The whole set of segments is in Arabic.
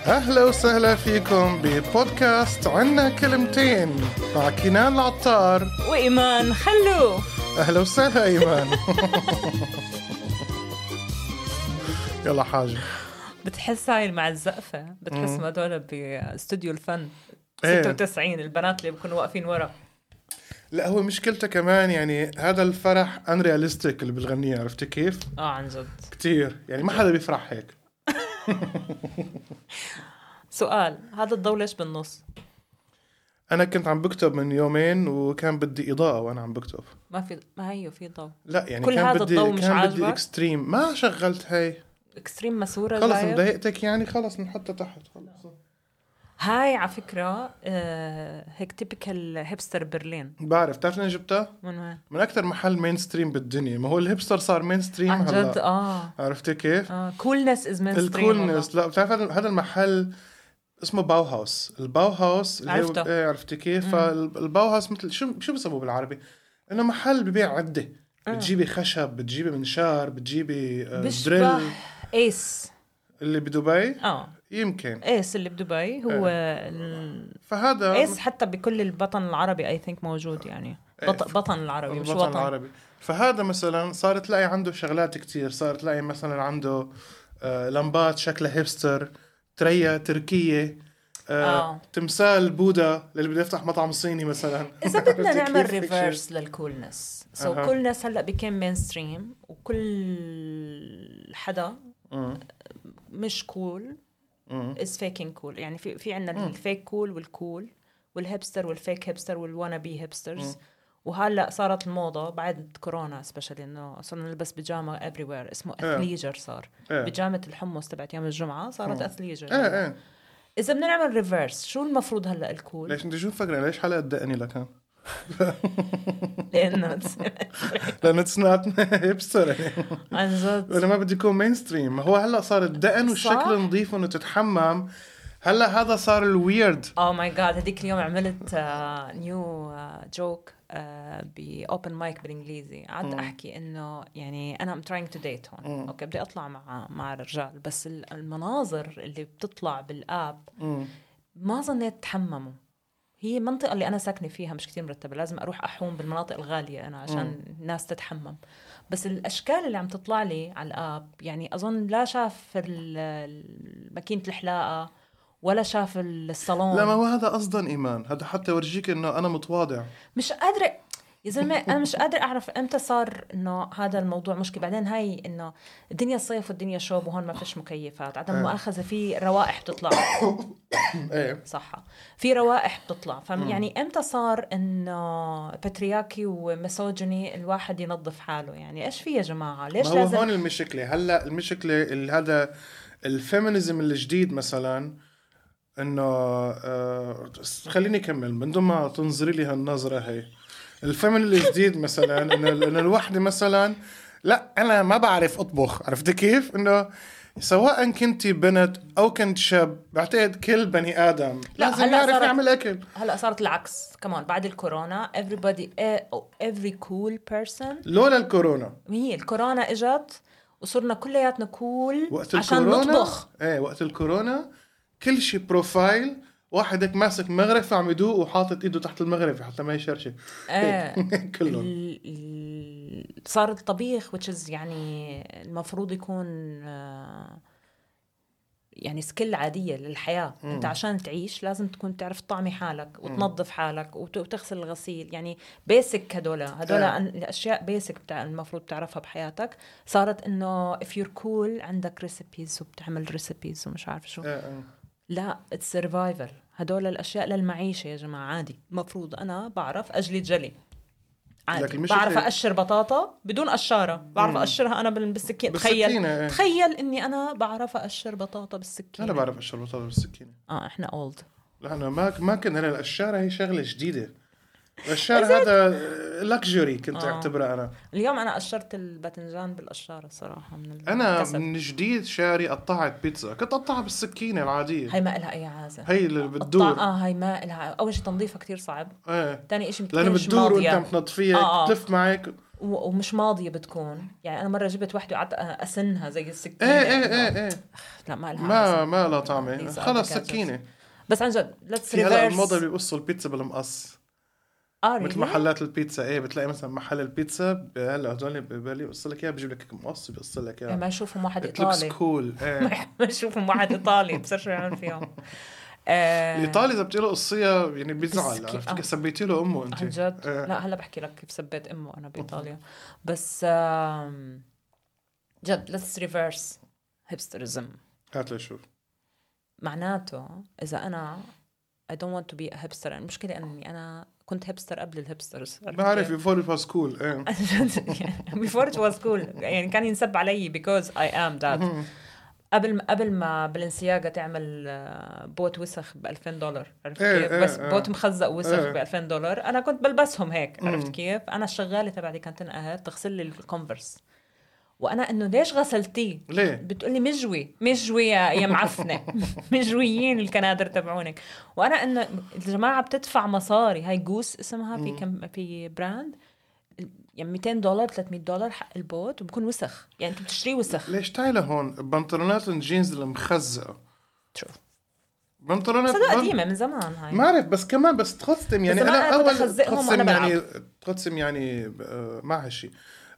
أهلا وسهلا فيكم ببودكاست عنا كلمتين مع كنان العطار وإيمان خلو. أهلا وسهلا إيمان. يلا حاجة بتحس هاي مع الزقفة، بتحس ما دول باستوديو الفن 96 البنات اللي بيكونوا واقفين ورا. لا هو مشكلته كمان يعني هذا الفرح unrealistic اللي بتغنيه، عرفتي كيف؟ عن جد كتير يعني ما حدا بيفرح هيك. سؤال، هذا الضوء ليش بالنص؟ أنا كنت عم بكتب من يومين وكان بدي إضاءة وأنا عم بكتب. ما هي في ضوء. لا يعني كل كان هذا بدي الضوء مش كان عاجبك؟ بدي إكستريم. ما شغلت هاي اكستريم مسورة خلص جاية؟ مضايقتك يعني خلص نحطها تحت خلص. هاي على فكرة هيك تيبيكال هيبستر برلين. بعرف تعرف أنا جبتها من وين؟ من أكتر محل مين ستريم بالدنيا. ما هو الهيبستر صار مين ستريم عن هلا. جد عرفتي كيف؟ كولنس از مين ستريم. الكولنس. لا بتعرف هذا المحل اسمه باوهاوس. الباوهاوس اللي عرفته. هو عرفتي كيف؟ فالباوهاوس مثل شو بسموه بالعربي؟ إنه محل ببيع عدة. بتجيبي خشب، بتجيبي منشار، بتجيبي دريل. ايس اللي بدبي يمكن ايس اللي بدبي هو فهذا ايس حتى بكل البطن العربي اي ثينك موجود يعني. بطن العربي مش وطن العربي. فهذا مثلا صار تلاقي عنده شغلات كتير. صار تلاقي مثلا عنده لمبات شكلها هيبستر، تريا تركية، تمثال بودا اللي بده يفتح مطعم صيني مثلا. إذا بدنا نعمل ريفيرس للكولنس كولنس هلأ بيكون مينستريم وكل حدا مش كول is faking cool. يعني في عنا الفيك كول والكول والهيبستر والفيك هيبستر والوانا بي هيبسترز. وهلأ صارت الموضة بعد كورونا سبيشالي إنه صرنا نلبس بيجامة everywhere اسمه أثليجر. صار بيجامة الحمص تبعت يوم الجمعة صارت أثليجر. إذا بدنا نعمل ريفيرس شو المفروض هلأ الكول؟ ليش انت شو فكرة ليش حلقة دقني لكان؟ لأنه تصنعت هيبستر عن جد. ولا ما بدي يكون مينستريم. ما هو هلأ صار الدقن والشكل نظيف وإنه تتحمم. هلأ هذا صار الويرد. ماي جاد. هديك اليوم عملت نيو جوك بأوبن مايك بالإنجليزي. قعدت أحكي إنه يعني أنا I'm trying to date هون. أوكي بدي أطلع مع الرجال، بس المناظر اللي بتطلع بالآب ما ظنيت تحمموا. هي المنطقة اللي أنا ساكنة فيها مش كتير مرتبة، لازم أروح أحوم بالمناطق الغالية أنا عشان الناس تتحمم. بس الأشكال اللي عم تطلع لي على الآب يعني أظن لا شاف ماكينة الحلاقة ولا شاف الصالون. لا ما هو هذا أصلاً إيمان. هذا حتى ورجيك إنه أنا متواضع. مش قادرة يا زلمة. أنا مش قادر أعرف إمتى صار إنه هذا الموضوع مشكلة. بعدين هاي إنه الدنيا صيف والدنيا شوب وهون ما فيش مكيفات. عدم مؤاخذة في روائح بتطلع. صح في روائح بتطلع. يعني إمتى صار إنه باترياكي وميسوجيني الواحد ينظف حاله؟ يعني إيش في يا جماعة؟ ليش لازم هون المشكلة؟ هلا المشكلة هذا الفيمينيزم الجديد مثلا إنه خليني أكمل من دون ما تنظري لي هالنظرة هاي. الفيمن الجديد مثلا إن الوحدة مثلا لا أنا ما بعرف أطبخ. عرفت كيف؟ إنه سواء كنتي بنت أو كنت شاب بعتقد كل بني آدم لازم يعرف يعمل أكل. هلأ صارت العكس كمان بعد الكورونا. every cool person. لولا الكورونا. هي الكورونا إجت وصرنا كلياتنا كول عشان الكورونا. نطبخ. وقت الكورونا كل شيء بروفايل واحد هيك ماسك مغرفة عم يدوق وحاطط ايده تحت المغرفة حتى ما يشرشف. كلهم صار الطبيخ which is يعني المفروض يكون يعني سكيل عادية للحياة. انت عشان تعيش لازم تكون تعرف تطعمي حالك وتنظف حالك وتغسل الغسيل. يعني بيسك هدول الاشياء بيسك المفروض تعرفها بحياتك. صارت انه if you're cool عندك ريسيبيز وبتعمل ريسيبيز ومش عارف شو. لا it's survival. هدول الاشياء للمعيشة يا جماعة عادي. مفروض انا بعرف اجلي جلي عادي. بعرف أقشر بطاطا بدون قشارة. بعرف أقشرها أنا بالسكين. تخيل إني أنا بعرف أقشر بطاطا بالسكين. أنا بعرف أقشر بطاطا بالسكين. إحنا old. لا أنا ما كنا القشارة هي شغلة جديدة. القشارة هذا لكجوري كنت أعتبره أنا. اليوم أنا قشرت الباذنجان بالقشارة صراحة من جديد شاري قطعت بيتزا كنت قطعها بالسكينة العادية. هاي ما إلها أي عازة. هي اللي بتدور. هاي ما إلها. أول شيء تنظيفها كتير صعب. تاني إشي لأنه بتدور وأنت متنظفيها تلف معك ومش ماضية بتكون. يعني أنا مرة جبت واحدة وقعدت أسنها زي السكينة. ايه لا ما لها ما لا طعمة، خلص سكينة. بس عن جد let's في هلا reverse. الموضة بيقصوا البيتزا بالمقص، مثل محلات البيتزا. ايه بتلاقي مثلا محل البيتزا هلا هدول بالي بيقص لك اياه، بيجيب لك مقص بيقص لك اياه. ما يشوفهم واحد ايطالي كول. ما يشوفهم واحد ايطالي بصير شو يعمل فيهم. الايطالي اذا بتقول له قصيه يعني بيزعل، عرفت كيف سبيتي له امه انت. عن جد لا هلا بحكي لك كيف سبيت امه انا بايطاليا. بس جد let's reverse hipsterism. هات لي شوف معناته اذا انا I don't want to be a hipster. المشكلة أني أنا كنت هيبستر قبل الهيبسترز. بعرف before it was cool. before it was cool يعني كان ينسب علي because I am that. قبل ما بلنسياغا تعمل بوت وسخ $2000 عرفت كيف؟ بس بوت مخزق وسخ $2000 أنا كنت بلبسهم هيك عرفت كيف؟ أنا الشغالة تبعتي كانت تنقهر تغسل لي الكونفرس، وانا انه ليش غسلتيه؟ ليه؟ بتقولي مجوي يا معفنه. مجويين الكنادر تبعونك. وانا انه الجماعه بتدفع مصاري. هاي جوس اسمها في براند يعني $200 $300 حق البوت وبكون وسخ. يعني انت بتشتري وسخ. ليش تعال هون بنطلونات الجينز المخزقه شوف بنطلونات قديمه من زمان هاي ما اعرف بس كمان بس تقسم يعني انا اول تقسم يعني مع هالشيء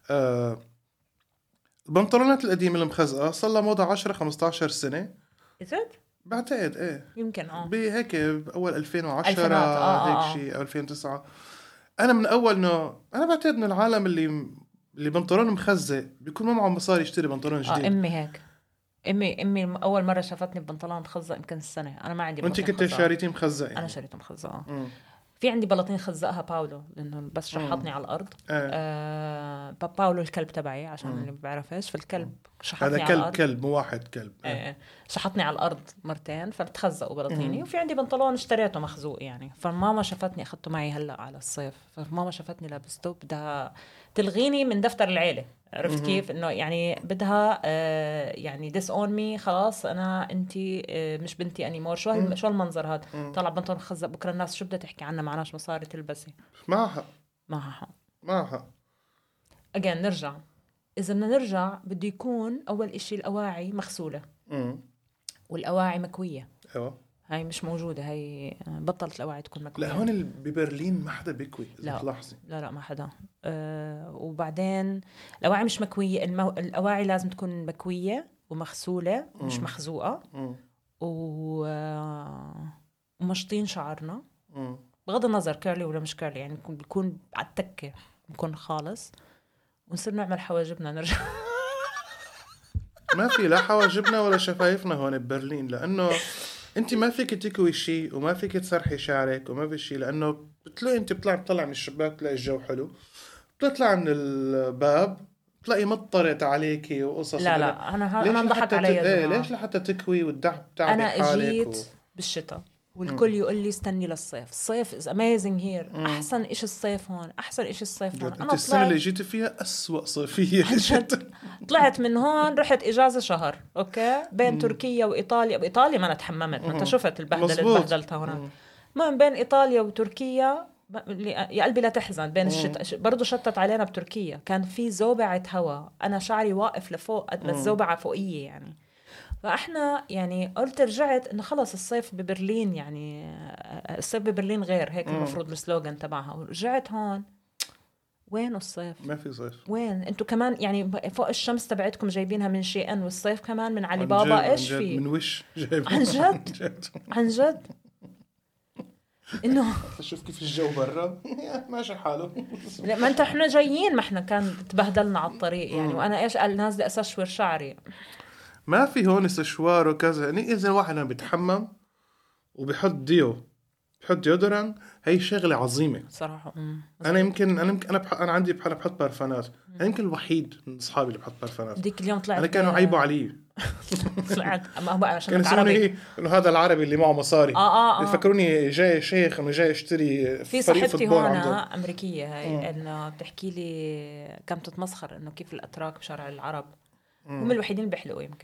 البنطلونات القديمه المخزقه صار لها موضه 10-15 سنه. بعتقد ايه يمكن بهيك باول 2010 هيك شيء او 2009. انا من اول انه انا بعتقد انه العالم اللي بنطلون مخزق بيكون ما معه مصاري يشتري بنطلون جديد. امي هيك. امي اول مره شافتني ببنطلون مخزق يمكن السنه. انا ما عندي وانت كنت شاريتي مخزق يعني. انا شريته مخزق. في عندي بلاطين خزقها باولو لانه بس شحطني على الارض. باولو الكلب تبعي عشان اللي ما بيعرفش. فالكلب شحطني على الارض. كلب مو واحد كلب. شحطني على الارض مرتين فتخزقوا بلاطيني. وفي عندي بنطلون اشتريته مخزوق يعني. فماما شافتني اخذته معي هلا على الصيف. فماما شافتني لابسته بدها تلغيني من دفتر العيله عرفت كيف انه يعني بدها يعني ديس اون مي خلاص انا انتي مش بنتي انيمور. شو المنظر هذا؟ طلع بنطلون مخزق بكره الناس شو بدها تحكي عنا معناش مصاري تلبسي. معها اجين نرجع. اذا بدنا نرجع بده يكون اول اشي الاواعي مغسوله والاواعي مكويه. هاي مش موجوده. هاي بطلت الاواعي تكون مكويه. لا هون ببرلين ما حدا بيكوي اذا تلاحظي. لا ما حدا. وبعدين الاواعي مش مكويه. الاواعي لازم تكون مكويه ومغسوله مش مخزوقه. ومشطين شعرنا بغض النظر كيرلي ولا مش كيرلي يعني بيكون على التكه بيكون خالص. ونصير نعمل حواجبنا نرجع. ما في لا حواجبنا ولا شفايفنا هون ببرلين لانه انت ما فيك تكوي شيء وما فيك تسرحي شعرك وما في شيء لانه بتلاقي انت بتطلع من الشباك تلاقي الجو حلو. بتطلع من الباب تلاقي مطرت عليكي وقصص. لا انا انضحك علي. ليش لحتى تكوي والدعب بتاعك انا اجيت بالشتاء والكل يقول لي استني للصيف. الصيف is amazing here. احسن إشي الصيف هون. احسن إشي الصيف هون. انا السنه اللي جيت فيها اسوأ صيفيه. طلعت من هون رحت اجازه شهر اوكي بين تركيا وايطاليا. بايطاليا ما انا تحممت. ما انت شفت البهدله اللي بهدلتها هناك. المهم بين ايطاليا وتركيا يا قلبي لا تحزن. بين الشتاء برضو شتت علينا بتركيا. كان في زوبعه هواء. انا شعري واقف لفوق قد ما الزوبعه فوقيه يعني. فاحنا يعني قلت رجعت انه خلص الصيف ببرلين يعني الصيف ببرلين غير هيك المفروض السلوغان تبعها. ورجعت هون وين الصيف؟ ما في صيف. وين انتوا كمان يعني فوق الشمس تبعتكم جايبينها من شي ان والصيف كمان من علي بابا. ايش في من وش جايبين عن جد انه شوف كيف الجو برا ماشي حاله. ما انت احنا جايين ما احنا كان تبهدلنا على الطريق يعني. وانا ايش قال نازله اسشور شعري. ما في هون استشوار وكذا يعني. إذا واحد بيتحمم وبيحط بحط ديودران هي شغلة عظيمة صراحة. أنا عندي بحط بارفانات. أنا يمكن الوحيد من أصحابي اللي بحط بارفانات. ديك اليوم طلعت أنا كانوا عيبوا علي. طلعت ما هو عشان كانوا يسموني إنه هذا العربي اللي معه مصاري. يفكروني جاي شيخ إنه جاي اشتري. في صاحبتي هون أمريكية هاي إنه بتحكي لي كم تتمسخر إنه كيف الأتراك بشارع العرب هم الوحيدين اللي بيحلقوا يمكن.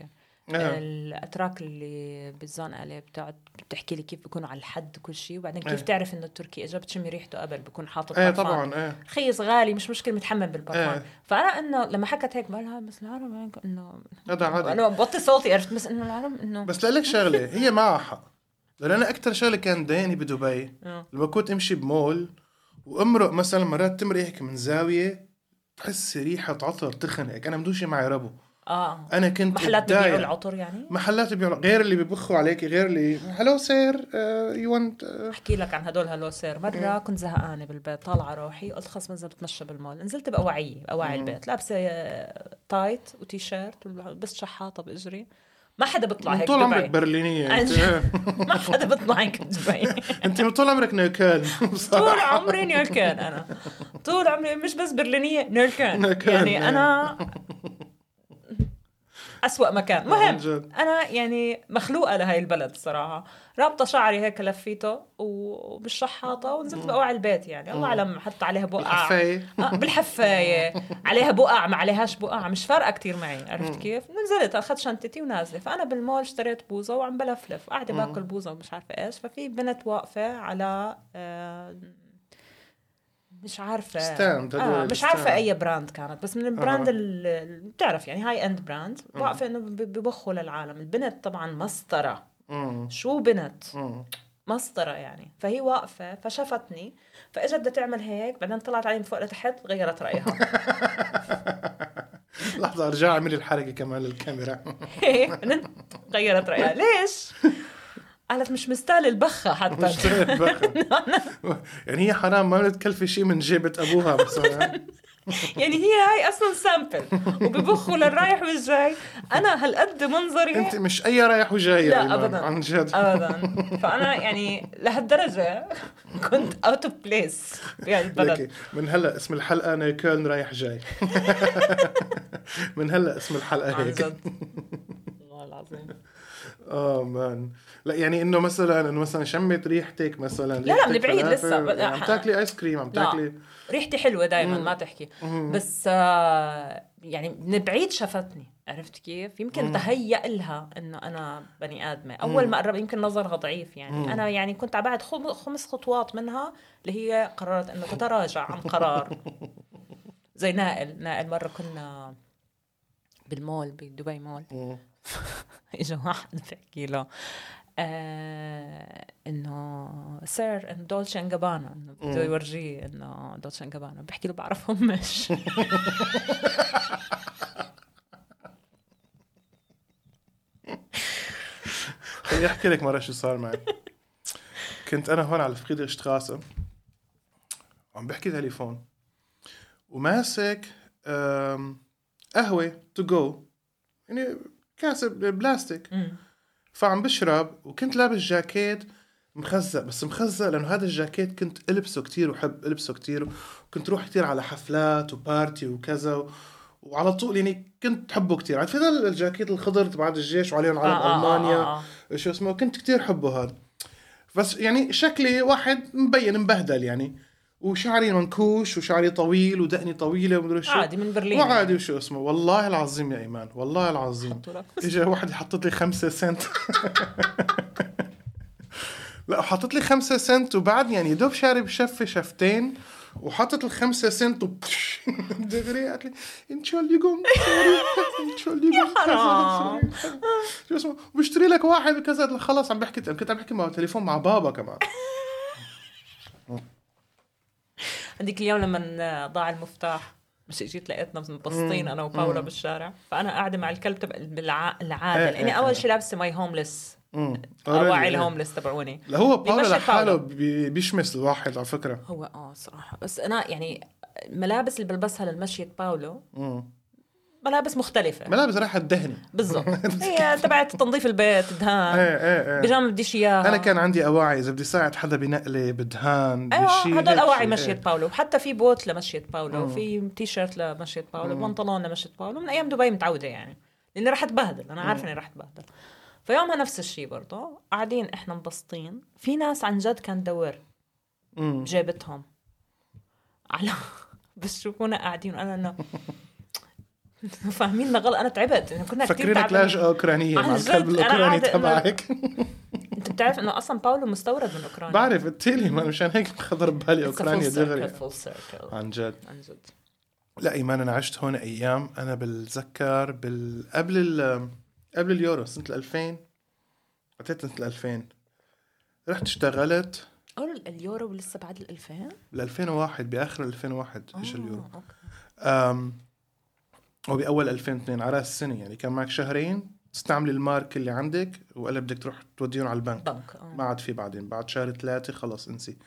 الاتراك اللي بالزنقه اللي بتقعد بتحكي لي كيف بيكونوا على الحد وكل شيء، وبعدين كيف تعرف انه التركي اجى بتشمي ريحته قبل بكون حاطط برفان. طبعا رخيص غالي مش مشكله متحمم بالبرفان. فانا انه لما حكت هيك بقولها بس العرب انه هذا عادي، انا بوطي صوتي عرفت، بس انه العرب انه بس لك شغله هي معها حق. لان انا اكثر شغله كان ضايقني بدبي لما كنت امشي بمول وامرق مثلا مرات تمرق هيك من زاويه تحس ريحه عطر تخنق، انا مدوشي معي ربو. انا كنت محلات بيبيعوا العطر، يعني محلات بيبيعوا غير اللي بيبخوا عليك، غير اللي هلو سير يو ونت. احكي لك عن هدول هلو سير. مره كنت زهقانه بالبيت طالعه روحي، قلت خلص بنزل بتمشى بالمول، نزلت بأواعي البيت لابسه تايت وتي شيرت بس شحاطه باجري. ما حدا بيطلع هيك طول عمرك برلينيه ما حدا بيطلع هيك بدبي. انت من طول عمرك نيركان. طول عمري نيركان، انا طول عمري مش بس برلينيه نيركان يعني انا أسوأ مكان. مهم أنا يعني مخلوقة لهاي البلد صراحة، رابطة شعري هيك لفيته وبالشحاطة ونزلت بقوع البيت. يعني الله أعلم حتى عليها بقع بالحفاية عليها بقع ما عليهاش بقع مش فارقة كتير معي، عرفت كيف؟ نزلت أخذت شنطتي ونازلة. فأنا بالمول اشتريت بوزة وعم بلفلف قاعدة باكل بوزة ومش عارفة إيش. ففي بنت واقفة على مش عارفة مش عارفة أي براند كانت، بس من البراند اللي بتعرف يعني هاي اند براند، واقفة إنه ببخوا للعالم. البنت طبعا مسطرة، شو بنت مسطرة يعني. فهي واقفة فشفتني فإجت بدها تعمل هيك، بعدين طلعت علي من فوق لتحت غيرت رأيها. لحظة أرجع أعمل الحركة كمان للكاميرا. غيرت رأيها. ليش؟ قالت مش مستاهل البخة حتى. يعني هي حرام ما بتكلفي شيء من جيبة أبوها مثلا. يعني هي هاي أصلا سامبل وببخوا للرايح والجاي. أنا هالقد منظري أنت مش أي رايح وجاي. لا أبدا عن جد أبدا. فأنا يعني لهالدرجة كنت out of place في البلد. من هلأ اسم الحلقة نيركان رايح جاي. من هلأ اسم الحلقة هيك. والله العظيم. مان لا يعني انه مثلا شمت ريحتك مثلا. لا من بعيد لسه عم تاكلي ايس كريم عم تاكلي. ريحتي حلوه دائما ما تحكي. بس يعني من بعيد شفتني، عرفت كيف؟ يمكن تهيأ لها انه انا بني ادمه. اول ما قرب يمكن نظرها ضعيف يعني. انا يعني كنت بعد 5 خطوات منها اللي هي قررت انه تتراجع عن قرار. زي نائل مره كنا بالمول بدبي مول. اجى واحد بحكي له انه سير ان دولتشي اند جابانا، انه بده يورجيه انه دولتشي اند جابانا. بحكي له بعرفهم مش. خليني احكي لك مره شو صار معي. كنت انا هون على فريدريشستراسه عم بحكي تليفون وماسك قهوه تو جو، يعني كاسة بلاستيك. فعم بشرب وكنت لابس جاكيت مخزق، بس مخزق لأنه هذا الجاكيت كنت ألبسه كتير وحب ألبسه كتير، وكنت روح كتير على حفلات وبارتي وكذا وعلى طول يعني كنت حبه كتير. عارف هذا الجاكيت الخضر تبعد الجيش وعليهم علم ألمانيا شو اسمه، كنت كتير حبه هذا. بس يعني شكلي واحد مبين مبهدل يعني، وشعري منكوش وشعري طويل ودقني طويلة ومدري شو، عادي من برلين وعادي وشو اسمه. والله العظيم يا إيمان والله العظيم إجا واحد حطت لي 5 سنت. لا حطت لي 5 سنت وبعد يعني دوب شاري بشفة شفتين وحطت ال5 سنت دغري قالت لي ان شاء الله يقوم ان شاء الله يقوم شو اسمه بشتري لك واحد كذا. خلاص كنت عم بحكي مع تليفون مع بابا كمان. هذيك اليوم لما ضاع المفتاح مش اجيت لقيتنا مبسطين انا وباولا بالشارع، فانا قاعده مع الكلب العاده لاني اول شيء لابسه ماي هوملس اواعي الهوملس تبعوني. لا هو باولا لحاله بيشمس الواحد على فكره. هو صراحه بس انا يعني ملابس اللي بلبسها للمشية باولو ملابس مختلفة، ملابس رايحة الدهن بالضبط. هي تبعت تنظيف البيت دهان بيجامة بديش اياها. انا كان عندي اواعي اذا بدي ساعد حدا بنقلي بدهان بشيء هدول اواعي مشية باولو. وحتى في بوت لمشية باولو وفي تي شيرت لمشية باولو وبنطلون لمشية باولو من ايام دبي متعودة يعني، لاني رح اتبهدل انا عارفة اني رح اتبهدل. فيومها نفس الشيء برضه قاعدين احنا مبسطين، في ناس عن جد كان دور جابتهم على بس شوفونا قاعدين وانا انه فاهميننا غلط. انا تعبت انه كنا كثير فكرينك لاجئة اوكرانية مع الكلب الاوكراني تبعك. انت بتعرف انه اصلا باولو مستورد من اوكرانيا؟ بعرف قلت لي، ما مشان هيك خضر ببالي اوكرانيا دغري. عن جد. لا ايمان، انا عشت هون ايام. انا بتذكر قبل اليورو سنه 2000، عطيت سنه 2000 رحت اشتغلت. اليورو ولسه بعد 2000 2001 باخر 2001 اجى اليورو. اوكي. وباول 2002 على راس السنه، يعني كان معك شهرين تستعمل المارك اللي عندك ولا بدك تروح توديهم على البنك. ما عاد في بعدين، بعد شهر 3 خلص انسي.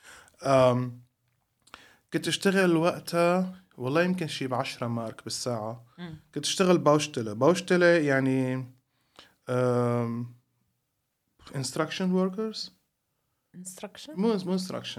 كنت اشتغل وقتها والله يمكن شي ب10 مارك بالساعة. كنت اشتغل باوشتلة يعني instruction workers. مو instruction.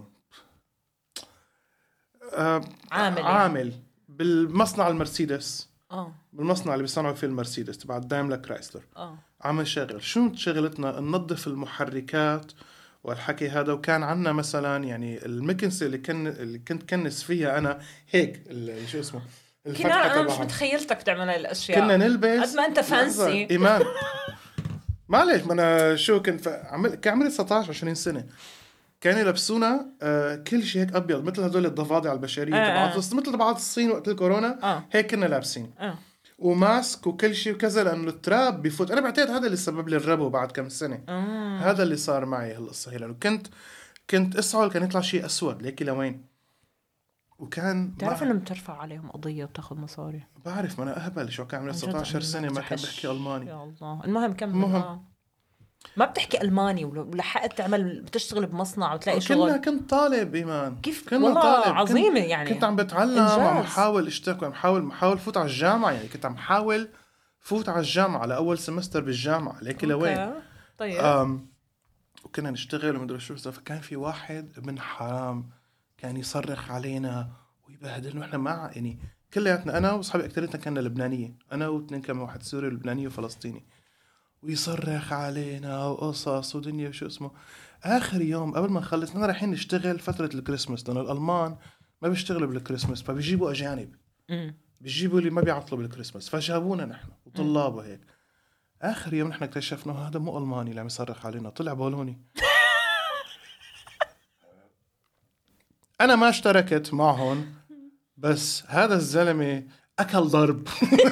عامل بالمصنع المرسيدس. بالمصنع اللي بيصنعوا فيه المرسيدس تبع دايملر كرايسلر. عامل شغل. شو شغلتنا؟ ننظف المحركات والحكي هذا. وكان عنا مثلا يعني المكنسة اللي كنت كنس فيها أنا هيك شو اسمه أنا مش متخيلتك تعمل هاي الأشياء. كنا نلبس قد ما أنت فانسي إيمان. معلش، ما أنا شو كان عمري 19-20 سنة. كانوا يلبسونا كل شيء هيك أبيض مثل هدول الضفادع البشرية مثل تبعات الصين وقت الكورونا. هيك كنا لابسين وماسك وكل شيء وكذا، لأنه التراب بيفوت. أنا بعتقد هذا اللي سبب لي الربو بعد كم سنة. هذا اللي صار معي هالقصة هي، لأنه كنت أسعل كان يطلع شيء أسود ليكي لوين. وكان تعرف إنه بترفع عليهم قضية وبتاخذ مصاري. بعرف، ما أنا أهبل شو كان عمري 19 سنة ما كان بحكي ألماني. يا الله. المهم كمل. ما بتحكي ألماني ولحقت تعمل بتشتغل بمصنع وتلاقي شغل. كنت طالب إيمان. كيف والله طالب. عظيمة يعني. كنت عم بتعلم وعم بحاول اشتغل محاول فوت على الجامعة. يعني كنت عم حاول فوت على الجامعة على أول سمستر بالجامعة ليكي لوين. طيب. وكنا نشتغل ومدري شو. فكان في واحد ابن حرام كان يصرخ علينا ويبهدلنا. واحنا مع يعني كلياتنا أنا وصحابي أكتريتنا كنا لبنانية، أنا واثنين كمان، واحد سوري ولبناني وفلسطيني، ويصرخ علينا وقصص ودنيا وشو اسمه. آخر يوم قبل ما نخلص أنا رايحين نشتغل فترة الكريسماس، لأن الألمان ما بيشتغلوا بالكريسماس فبيجيبوا أجانب. بيجيبوا اللي ما بيعطلوا بالكريسماس، فجابونا نحن وطلابه هيك. آخر يوم نحن اكتشفنا هذا مو ألماني اللي عم يصرخ علينا، طلع بولوني. أنا ما اشتركت معهم، بس هذا الزلمة أكل ضرب.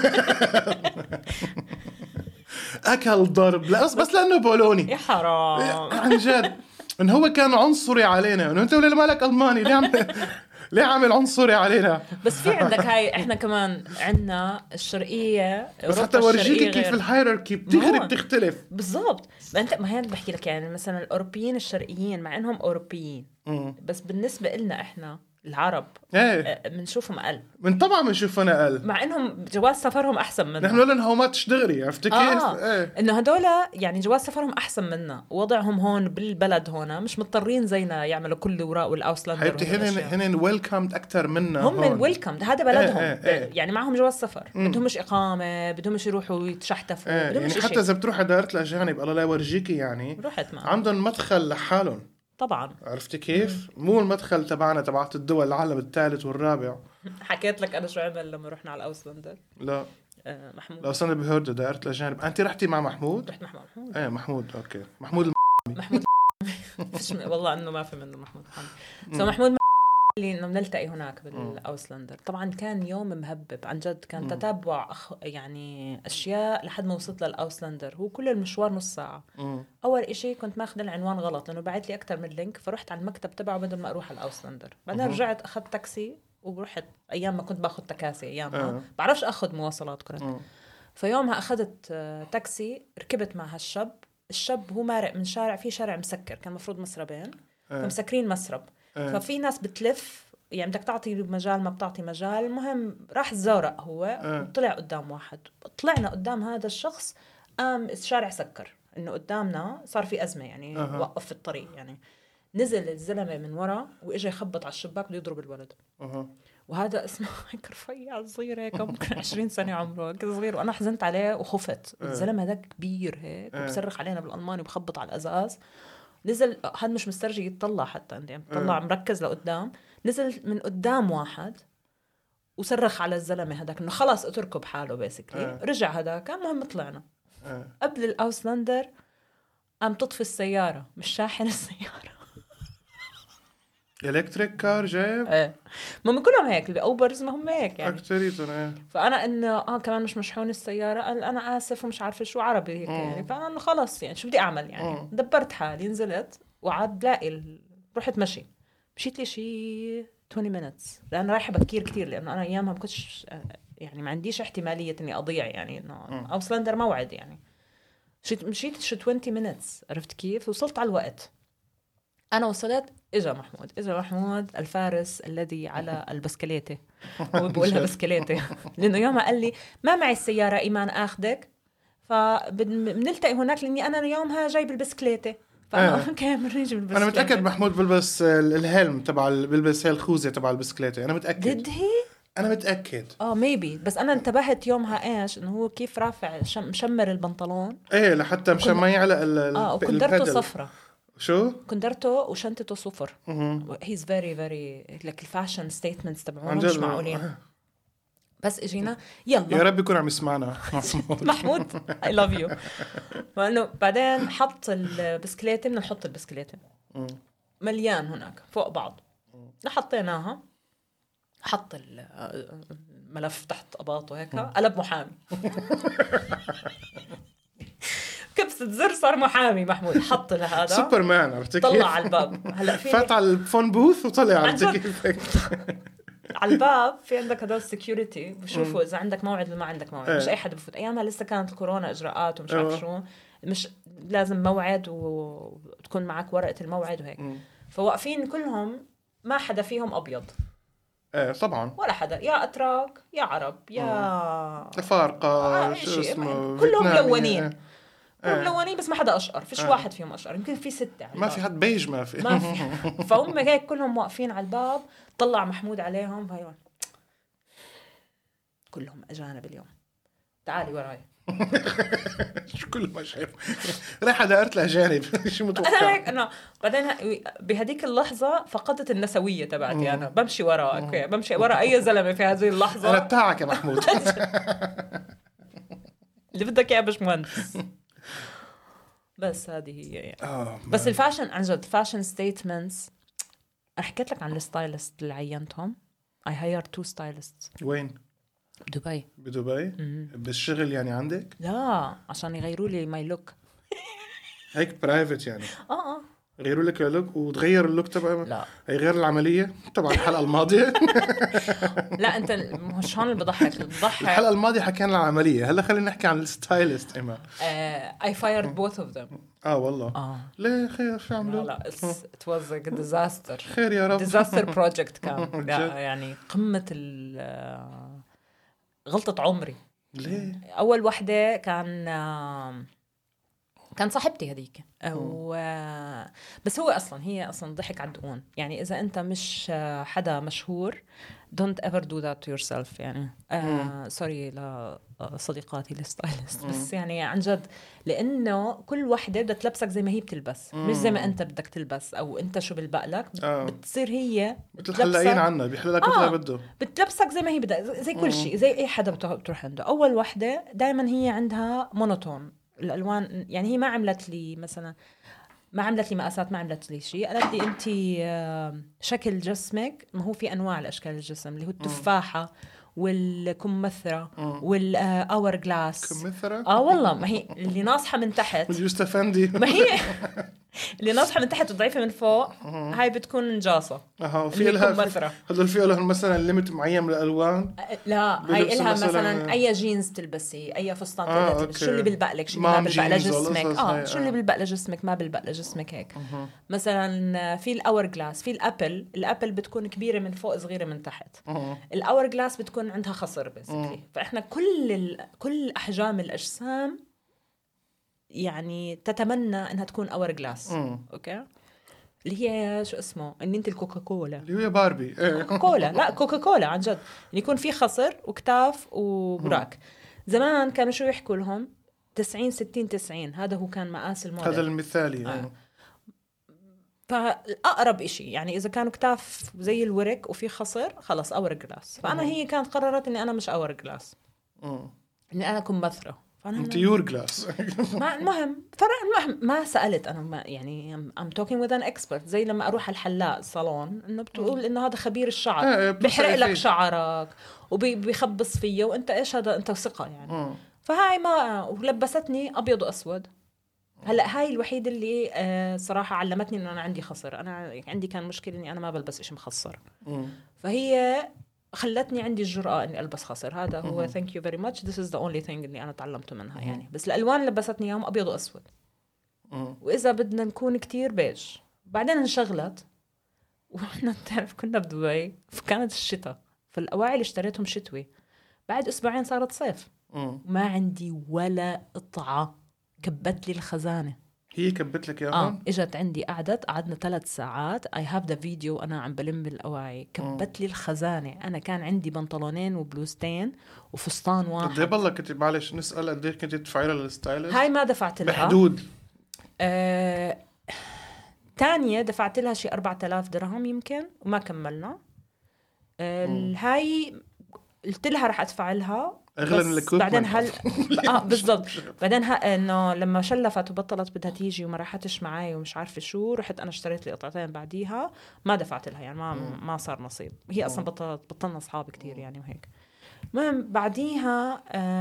أكل ضرب بس لأنه بولوني. يا حرام عن جد. إن هو كان عنصري علينا، إنه أنت ولا مالك ألماني ليه عامل عنصري علينا. بس في عندك هاي إحنا كمان عندنا الشرقية، بس حتى ورجيكي كيف الهيراركي بتختلف بالضبط. ما هي بحكي لك يعني مثلا الأوروبيين الشرقيين مع إنهم أوروبيين بس بالنسبة إلنا إحنا العرب بنشوفهم أقل. من طبعا بنشوفهم أقل، مع إنهم جواز سفرهم أحسن منا. نحن لنا هوماتش دغري. عرفت كيف؟ إنه هدولا يعني جواز سفرهم أحسن منا، ووضعهم هون بالبلد هون مش مضطرين زينا يعملوا كل الوراء والأوسلاندر. حبيبتي هن ويلكمد أكتر منا. هم ويلكمد، هذا بلدهم. يعني معهم جواز سفر، بدهمش إقامة، بدهمش يروحوا يتشحتفوا. يعني حتى إذا بتروح دائرة الأجانب الله لا يورجيكي يعني رحت معهم. عندهم مدخل لحالهم طبعا. عرفت كيف؟ مو المدخل تبعنا تبعت الدول العالم الثالث والرابع. حكيت لك أنا شو عمل لما رحنا على الأوسلاندر؟ لا محمود. الأوسلاندر بهردة دائرة الأجانب. أنت رحتي مع محمود؟ رحت مع محمود. محمود أوكي. محمود والله إنه ما في منه محمود. محمود اللي إنه بنلتقي هناك بالأوسلاندر. طبعا كان يوم مهبب عن جد. كان تتبع يعني أشياء لحد ما وصلت للأوسلاندر. هو كل المشوار نص ساعة. أول إشي كنت ماخذ العنوان غلط لأنه بعت لي أكتر من لينك، فرحت على المكتب تبعه بدل ما أروح على الأوسلاندر. بعدين رجعت أخذت تاكسي ورحت. أيام ما كنت باخذ تكاسي، أيام بعرفش أخذ مواصلات كنت. فيومها أخذت تاكسي، ركبت مع الشاب هو مارق من شارع، في شارع مسكر كان مفروض مسربين فمسكرين مسرب. ففي ناس بتلف يعني بدك تعطي مجال ما بتعطي مجال. المهم راح الزورق هو وطلع قدام واحد. طلعنا قدام هذا الشخص الشارع سكر، انه قدامنا صار في أزمة يعني وقف في الطريق يعني. نزل الزلمة من ورا وإجا يخبط على الشباك بده يضرب الولد. وهذا اسمه هيك رفيع صغير هيك ممكن 20 سنة عمره كذا صغير. وأنا حزنت عليه وخفت. الزلمة هذا كبير هيك وبصرخ علينا بالألماني وبخبط على الأزاز. نزل هذا مش مسترجي يتطلع حتى، يعني طلع مركز لقدام. نزل من قدام واحد وصرخ على الزلمه هذاك انه خلاص اتركه بحاله بيسكلي. رجع هذاك المهم طلعنا قبل الاوسلاندر قام تطفي السياره مش شاحن السياره. الكتريك كار جايب ما كلهم هيك الاوبرز ما هم هيك يعني اكثريتهم. فانا انه كمان مش مشحون السياره قال انا اسف ومش عارفه شو عربي هيك يعني. فانا انه خلص يعني شو بدي اعمل يعني. دبرت حالي نزلت وعاد لاقي رحت مشيت لي شي 20 minutes لأن رايحة بكير كتير لأنه أنا أيامها ما كنتش يعني ما عنديش احتمالية إني أضيع يعني إنه أوسلاندر موعد يعني. مشيت شي 20 minutes عرفت كيف. وصلت على الوقت. أنا وصلت إجا محمود الفارس الذي على البسكليتة. هو بقولها بسكليتة لأنه يومها قال لي ما معي السيارة إيمان آخدك فبنلتقي هناك لأني أنا يومها جاي بالبسكليتة. انا متاكد محمود بلبس الهلم تبع بلبس هي الخوذه تبع البسكليته. انا متاكد انا متاكد ميبي. بس انا انتبهت يومها ايش انه هو كيف رافع مشمر البنطلون لحتى مشان ما يعلق وكندرته صفرة. شو كندرته وشنطته صفر. هيز فيري فيري لك الفاشن ستيتمنتس تبعهم مش معقولين. بس اجينا يلا يا رب يكون عم يسمعنا محمود I love you. وانه بعدين حط البسكليتة بدنا نحط البسكليتة مليان هناك فوق بعض. حطيناها حط الملف تحت قباطه هيك قلب محامي. كبسة زر صار محامي محمود. حط لهذا سوبرمان عرفت كيف طلع على الباب. هلا فات على الفون بوث وطلع عرفت كيف على الباب في عندك هدول السكيورتي بشوفوا اذا عندك موعد ولا ما عندك موعد. مش اي حدا بفوت. ايامها لسه كانت الكورونا اجراءات ومش عارف شو مش لازم موعد وتكون معك ورقة الموعد وهيك. فواقفين كلهم ما حدا فيهم ابيض طبعا ولا حدا يا اتراك يا عرب يا فارقة شو اسمه كلهم ملونين. ملونين بس ما حدا اشقر. فيش واحد فيهم اشقر. يمكن في 6 ما في حد بيج ما في فهم هيك كلهم واقفين على الباب. طلع محمود عليهم فهيون كلهم اجانب اليوم تعالي وراي. شو كل ما شايف رايحة دائرة الأجانب شو متوقع. أنا بعدين بهديك اللحظة فقدت النسوية تبعتي. أنا بمشي وراء بمشي وراء أي زلمة في هذه اللحظة. أنا بتاعك يا محمود اللي بدك يا باشمهندس. بس هذه هي يعني. بس الفاشن عن جد فاشن ستيتمنتس. حكيت لك عن الستايلست اللي عينتهم. I hired 2 stylists. وين؟ بدبي بالشغل يعني عندك؟ لا عشان يغيروا لي ماي لوك. هيك برايفت يعني غيروا لك اللوك وتغير اللوك تبعه. لا هيغير العملية تبع الحلقة الماضية. لا انت مش هون اللي بضحك. الحلقة الماضية حكينا عن العملية. هلا خلينا نحكي عن الستايلست. إيمان I fired both of them. والله ليه خير شو عملوا؟ لا it was a disaster. خير يا رب. disaster project كان. يعني قمة غلطة عمري. ليه؟ أول واحدة كان صاحبتي هذيك بس هي أصلا ضحك على الدقون. يعني إذا أنت مش حدا مشهور don't ever do that to yourself يعني. سوري لصديقاتي الستايلست بس يعني عن جد لأنه كل واحدة بدها تلبسك زي ما هي بتلبس مش زي ما أنت بدك تلبس أو أنت شو بالبقلك. بتصير هي بتحلقين عنا بيحلقك مثل بده. بتلبسك زي ما هي بدها زي كل شيء زي أي حدا بتروح عنده. أول واحدة دايما هي عندها مونوتون الألوان. يعني هي ما عملت لي مثلا ما عملت لي مقاسات ما عملت لي شيء. قالت لي أنت شكل جسمك ما هو في أنواع الأشكال الجسم اللي هو التفاحة والكمثرة والأور جلاس. كمثرة والله ما هي اللي ناصحة من تحت يستفندي. ما هي اللي ناصحة من تحت وضعيفة من فوق هاي بتكون نجاصة. في لها هذول في لهم مثلا ليميت معين من الألوان. لا هاي إلها مثلا أي جينز تلبسي أي فستان تلبسي شو اللي بالبقلك شو ما بالبق لجسمك شو اللي بالبق لجسمك ما بالبق لجسمك هيك. مثلا في الأور جلاس في الأبل بتكون كبيرة من فوق صغيرة من تحت. الأور جلاس بتكون عندها خصر بسيطة. فإحنا كل أحجام الأجسام يعني تتمنى انها تكون اور جلاس. اوكي اللي هي شو اسمه النينت الكوكاكولا اللي هي باربي كوكاكولا. لا كوكاكولا عن جد يعني يكون في خصر وكتاف وبراك. زمان كانوا شو يحكوا لهم 90 60 90 هذا هو كان مقاس الموديل. هذا المثالي فأقرب إشي يعني إذا كانوا كتاف زي الورك وفي خصر خلص اور جلاس. فأنا هي كانت قررت إني أنا مش اور جلاس، إني أنا أكون بثرة. انت يور جلاس. المهم فرق ما سألت أنا ما يعني I'm talking with an expert. زي لما أروح الحلاق صالون إنه بتقول إنه هذا خبير الشعر بحرق لك شعرك وبيخبص فيه وأنت إيش هذا أنت ثقة يعني. فهاي ما ولبستني أبيض وأسود. هلا هاي الوحيدة اللي صراحة علمتني إنه أنا عندي خصر. أنا عندي كان مشكلة إني أنا ما بلبس إشي مخصر. فهي خلتني عندي الجرأة إني ألبس خصر. هذا هو thank you very much, this is the only thing اللي أنا تعلمته منها يعني. بس الألوان لبستني يوم أبيض وأسود، وإذا بدنا نكون كتير بيج. بعدين انشغلت وإحنا تعرف كنا بدبي فكانت الشتاء، فالأواعي اللي اشتريتهم شتوي، بعد أسبوعين صارت صيف. ما عندي ولا قطعة. كبت لي الخزانة. هي كبت لك ياهم؟ اجت عندي قعدنا 3 ساعات. I have the video أنا عم بلم بالأواعي. كبت لي الخزانة. أنا كان عندي بنطلونين وبلوزتين وفستان واحد. قد ايه بالله كنت معلش نسأل قد ايه كنت تدفعي لها للستايلست؟ هاي ما دفعت لها بحدود تانية دفعت لها شي 4000 درهم يمكن وما كملنا. هاي قلت لها رح أدفع لها أغلى من الكوك. بعدين بالضبط. بعدين إنه لما شلفت وبطلت بدها تيجي وما راحتش معي ومش عارفة شو، رحت أنا اشتريت لي قطعتين بعديها ما دفعت لها يعني ما صار نصيب. هي أصلا بطلنا أصحاب كتير يعني وهيك. المهم بعديها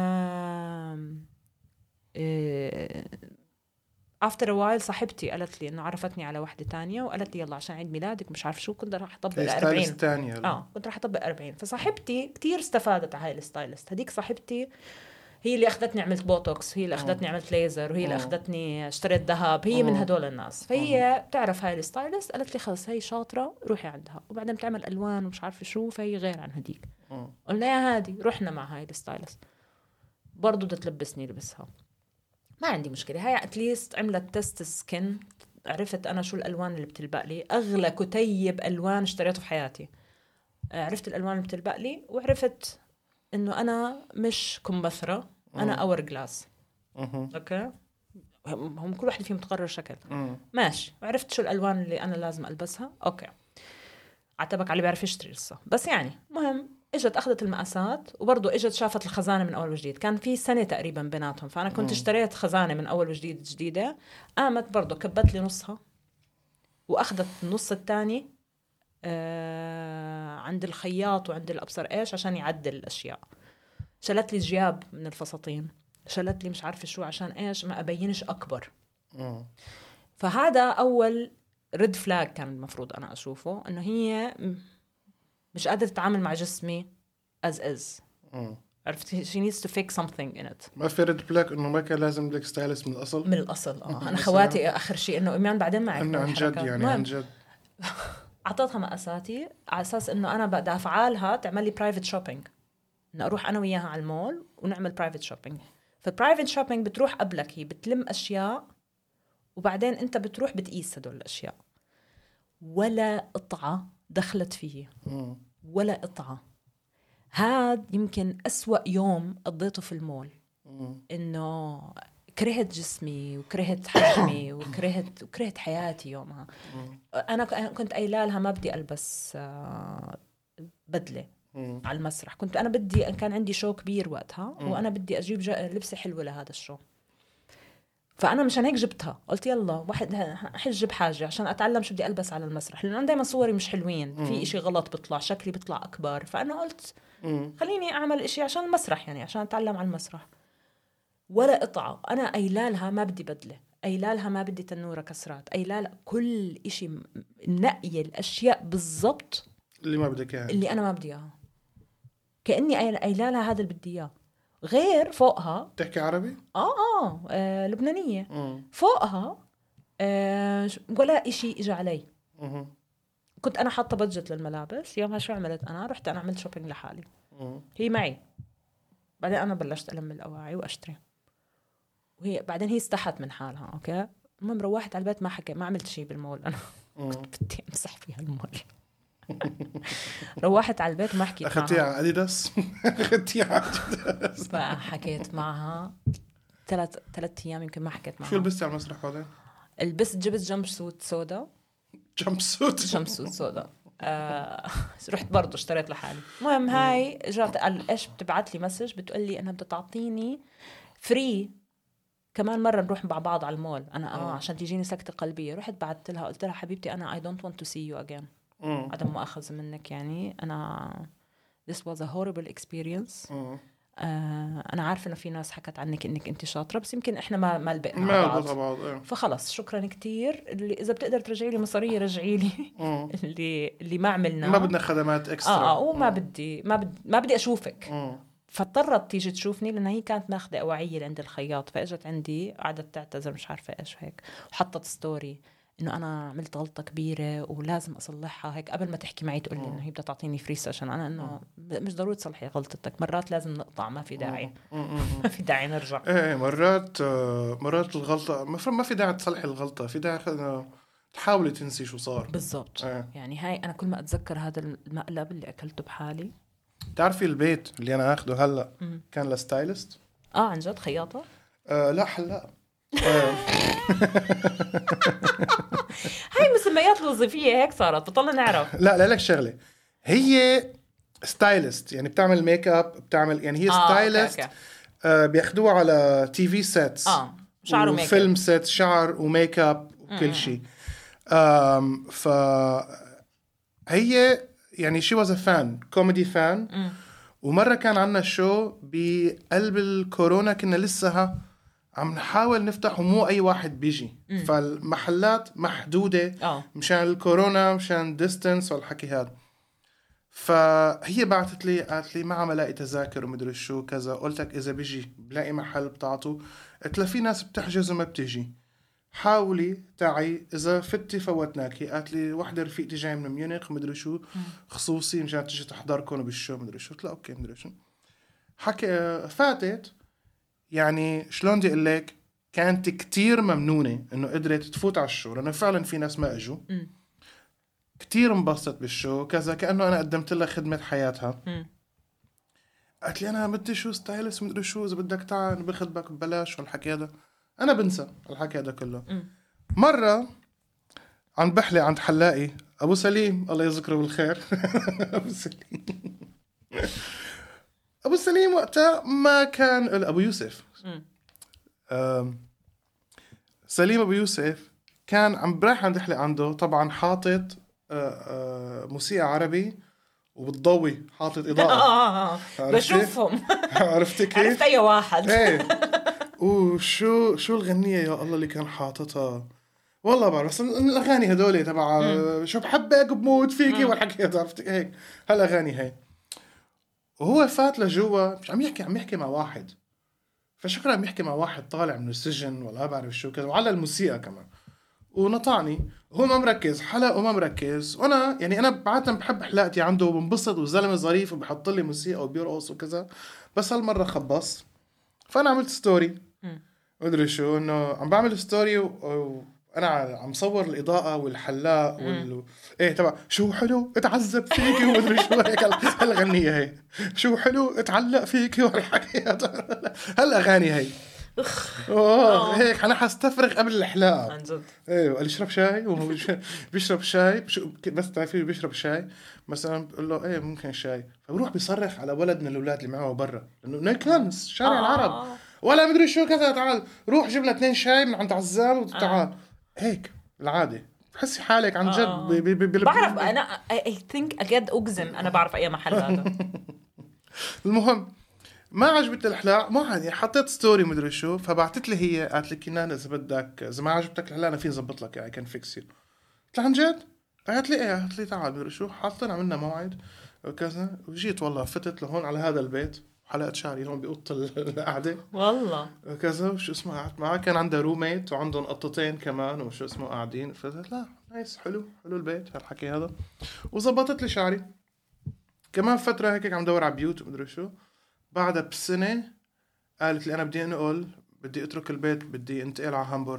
after a while صاحبتي قالت لي إنه عرفتني على واحدة تانية وقالت لي يلا عشان عيد ميلادك مش عارف شو كنت راح أطبق 40. كنت راح أطبق 40. فصاحبتي كتير استفادت على هاي الستايلست. هديك صاحبتي هي اللي أخذتني عملت بوتوكس، هي اللي أخذتني عملت ليزر، وهي اللي أخذتني اشتريت ذهب. هي من هدول الناس. فهي بتعرف هاي الستايلست. قالت لي خلص هي شاطرة روحي عندها. وبعدين بتعمل ألوان ومش عارف شو. فهي غير عن هديك. قلنا يا هادي رحنا مع هاي الستايلست برضو بدها تلبسني لبسها. ما عندي مشكلة. هاي اتليست عملت تست سكين. عرفت أنا شو الألوان اللي بتلبق لي. أغلى كتيب ألوان اشتريته في حياتي. عرفت الألوان اللي بتلبق لي وعرفت إنه أنا مش كمبثرة، أنا أور جلاس. أوكي هم كل واحد فيهم تقرر شكل. ماشي. وعرفت شو الألوان اللي أنا لازم ألبسها. أوكي عتبك على اللي بيعرف يشتري لسه. بس يعني مهم اجت اخذت المقاسات وبرضه اجت شافت الخزانه من اول وجديد. كان في سنه تقريبا بيناتهم. فانا كنت اشتريت خزانه من اول وجديد جديده. قامت برضه كبت لي نصها واخذت النص الثاني عند الخياط وعند الابصر ايش عشان يعدل الاشياء. شلت لي جياب من الفساتين، شلت لي مش عارفه شو عشان ايش ما ابينش اكبر. فهذا اول ريد فلاج كان المفروض انا اشوفه، انه هي مش قادرة تتعامل مع جسمي as is. عرفت she needs to fix something in it. ما في ريد بلاك إنه ما كان لازم لك ستايلست من الأصل. أنا خواتي آخر شيء إنه إيمان بعدين معي إنه عن جد يعني عن جد. أعطتها مقاساتي على أساس إنه أنا بدي أفعالها تعمل لي private shopping، إنه أروح أنا وياها على المول ونعمل private shopping. فprivate shopping بتروح قبلك، هي بتلم أشياء وبعدين أنت بتروح بتقيس هدول الأشياء. ولا قطعة دخلت فيه ولا قطعة. هاد يمكن أسوأ يوم قضيته في المول. إنه كرهت جسمي وكرهت حجمي وكرهت حياتي يومها. أنا كنت قايله لها ما بدي ألبس بدلة على المسرح. أنا بدي كان عندي شو كبير وقتها وأنا بدي أجيب لبسة حلوة لهذا الشو. فأنا مشان هيك جبتها. قلت يلا واحد حجب حاجة عشان أتعلم شو بدي ألبس على المسرح، لأن أنا دايما صوري مش حلوين، في إشي غلط بيطلع، شكلي بيطلع أكبر. فأنا قلت خليني أعمل إشي عشان المسرح يعني، عشان أتعلم على المسرح. ولا قطعة. أنا قايلالها ما بدي بدلة، قايلالها ما بدي تنورة كسرات، قايلالها كل إشي نقي الأشياء بالضبط اللي ما بدك إياها، اللي أنا ما بدي إياها. كأني قايلالها هذا اللي بدي إياه. غير فوقها تحكي عربي؟ لبنانية. فوقها ولا إشي إجا علي. كنت أنا حاطة بادجت للملابس. يومها شو عملت؟ أنا رحت أنا عملت شوبينج لحالي. هي معي. بعدين أنا بلشت ألم الأواعي وأشتري، وهي بعدين هي استحت من حالها. أوكي المهم روحت على البيت ما حكي، ما عملت شيء بالمول. أنا كنت بدي أمسح فيها المول. روحت على البيت وما حكيت معها. أخذتيها على أديداس؟ أخذتيها أديداس؟ فحكيت معها 3 أيام يمكن ما حكيت معها. شو لبستي على المسرح بعدين؟ لبست جبت جمب سوت سودا جمب سوت سودا. رحت برضو اشتريت لحالي. المهم هاي جات قال ايش بتبعت لي مسج بتقول لي انا بدها تعطيني فري كمان مرة نروح مع بعض على المول. أنا عشان تيجيني سكتة قلبية. رحت بعت لها قلت لها حبيبتي أنا I don't want to see you again. عدم مؤاخذة منك يعني أنا this was a horrible experience. أنا عارفة إنه في ناس حكت عنك إنك أنت شاطرة بس يمكن إحنا ما لبقنا مع بعض. فخلص شكرا كتير. اللي إذا بتقدر ترجعي لي مصارية رجعي لي اللي ما عملنا. ما بدنا خدمات إكسترا. وما بدي أشوفك. فاضطرت تيجي تشوفني لأنها هي كانت ماخذة أوعية عند الخياط. فإجت عندي قعدت تعتذر مش عارفة إيش هيك وحطت ستوري إنه أنا عملت غلطة كبيرة ولازم أصلحها هيك قبل ما تحكي معي تقول لي إنه هي بدها تعطيني فري سيشن. أنا إنه مش ضروري تصلحي غلطتك مرات لازم نقطع ما في داعي ما في داعي نرجع. مرات الغلطة ما في داعي تصلحي الغلطة في داعي تحاولي تنسي شو صار بالضبط. يعني هاي أنا كل ما أتذكر هذا المقلب اللي أكلته بحالي. تعرفي البيت اللي أنا أخده هلأ كان لستايلست عن جد خياطة؟ لا حلاق. هاي مسميات وظيفية هيك صارت بطلنا نعرف. لا لك شغلة هي ستايلست يعني بتعمل ميك اب بتعمل يعني هي ستايلست. بياخدوها على تي في سيتس شعر وميك اب وفيلم سيت شعر وميك اب وكل شيء. فهي يعني she was a fan كوميدي فان. ومرة كان عنا شو بقلب الكورونا كنا لسه عم نحاول نفتح ومو أي واحد بيجي. فالمحلات محدودة مشان الكورونا مشان ديستنس والحكي هذا. فهي بعثت لي قالت لي ما عم الاقي تذاكر ومدري شو كذا. قلتك إذا بيجي بلاقي محل بتاعته. قلت لها في ناس بتحجز وما بتيجي حاولي تعي إذا فتي فوتناكي. قالت لي واحدة رفيقتي جاي من ميونخ مدري شو خصوصي مشان تجي تحضركم بالشو مدري شو. قلت لها أوكي مدري شو حكي. فاتت يعني شلون دي قلك كانت كتير ممنونة إنه قدرت تفوت على الشو لأنه فعلا في ناس ما أجوا. كتير انبسطت بالشو كذا كأنه أنا قدمت لها خدمة حياتها. قالت لي أنا بدي شو ستايلس مدري شو إذا بدك تعال بخدمك ببلاش والحكي هذا. أنا بنسى الحكي هذا كله. مرة عم بحلي عند حلاقي أبو سليم الله يذكره بالخير. أبو سليم وقتها ما كان أبو يوسف. سليم أبو يوسف كان عم برايح عند حلي عنده طبعا حاطط موسيقى عربي وبتضوي حاطط إضاءة. بشوفهم. عرفتي كيف؟ عرفت أي واحد. ايه وشو الغنية يا الله اللي كان حاططها والله بعرف. بس الأغاني هدول تبع شو بحبك بموت فيكي والحكي هذا عرفتي هيك هالأغاني هاي. وهو فات لجوا مش عم يحكي مع واحد. فشكرا عم يحكي مع واحد طالع من السجن ولا بعرف شو كذا وعلى الموسيقى كمان ونطعني. هو ما مركز حلق وما مركز. وانا يعني انا بعدنا بحب حلقتي عنده وبنبسط وزلمه ظريف وبحط لي موسيقى وبيرقص وكذا. بس هالمره خبص. فانا عملت ستوري ادري شو انه عم بعمل ستوري وانا عم صور الاضاءه والحلاق ايه تبع شو حلو اتعذب فيكي ومدري شو هيك هالغنيه هي شو حلو اتعلق فيكي والحكي هالاغاني هي. هيك انا حستفرغ قبل الحلاقه عن جد. ايه قال يشرب شاي وهو بيشرب شاي بس تعرفي بيشرب شاي مثلا بقول له ايه ممكن شاي. فبروح بيصرخ على ولد من الاولاد اللي معه برا لانه كنس شارع العرب ولا مدري شو كذا. تعال روح جيب لنا 2 شاي من عند عزام وتعال. هيك العاده بحسي حالك عن جد بعرف انا I think اكاد اجزم انا بعرف اي محل هذا. المهم ما عجبت الحلاق ما يعني حطيت ستوري مدري شو. فبعتت لي هي قالت لي كنان اذا بدك اذا ما عجبتك الحلاق انا فين زبط لك يعني كان فيكسي. قلت لها عن جد؟ قالت لي ايه. قالت لي تعال مدري شو حطينا عملنا موعد وكذا. وجيت والله فتت لهون على هذا البيت حلقت شعري هون بقط القعده والله وكذا. وشو اسمه قعدت معاه كان عنده روميت وعندهم قطتين كمان وشو اسمه قاعدين. فقلت لا نايس حلو البيت هالحكي هذا. وزبطت لي شعري كمان فتره هيك عم دور على بيوت مدري شو. بعدها بسنة قالت لي أنا بدي أنقل بدي أترك البيت بدي أنتقل على هامبورغ.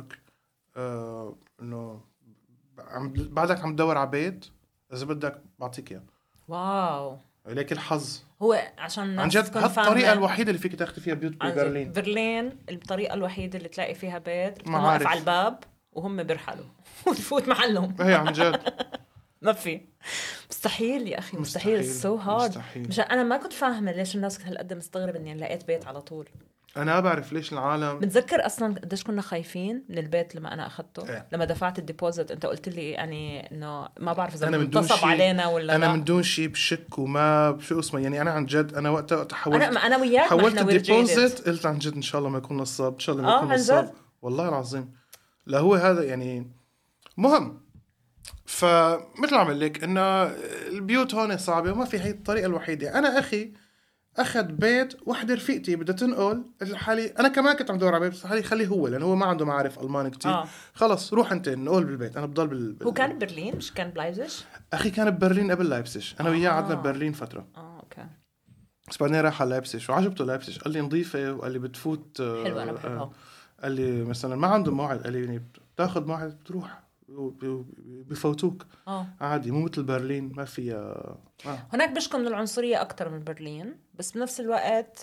إنه بعدك عم تدور على بيت إذا بدك بعطيك إياه. واو ليك الحظ هو عشان عن جد هالطريقة الوحيدة اللي فيك تاخذي فيها بيوت ببرلين. برلين الطريقة الوحيدة اللي تلاقي فيها بيت واقف على الباب وهم بيرحلوا وتفوت محلهم. هي عن جد ما في، مستحيل يا أخي، مستحيل سو هارد. مش أنا ما كنت فاهمة ليش الناس هالقد مستغرب إني لقيت بيت على طول. أنا بعرف ليش العالم. بتذكر أصلا قديش كنا خايفين من البيت لما أنا أخذته لما دفعت الديبوزيت. أنت قلت لي يعني إنه ما بعرف إذا انتصب علينا ولا أنا لا. من دون شيء بشك وما بشو اسمه يعني. أنا عن جد أنا وقتها حولت أنا وياك حولت الديبوزيت قلت عن جد إن شاء الله ما يكون نصاب، إن شاء الله ما يكون نصاب والله العظيم. لا هو هذا يعني مهم. فمثل ما عمل لك إنه البيوت هون صعبة وما في هي الطريقة الوحيدة. أنا أخي أخذ بيت واحدة رفيقتي بدها تنقل الحالي، أنا كمان كنت عم دور على بيت بس حالي خليه هو لأنه هو ما عنده معارف ألمان كتير. خلص روح أنت نقول بالبيت، أنا بضل هو كان ببرلين مش كان بلايبزيج؟ أخي كان ببرلين قبل لايبزيج. أنا وياه عدنا ببرلين فترة. أوكي. بس بعدين راح على لايبزيج وعجبته لايبزيج، قال لي نظيفة وقال لي بتفوت حلوة. أنا بحبها. قال لي مثلا ما عنده موعد، قال لي يعني بتاخد موعد بتروح بفوتوك عادي، مو مثل برلين ما فيها. هناك بشكل من العنصرية أكتر من برلين، بس بنفس الوقت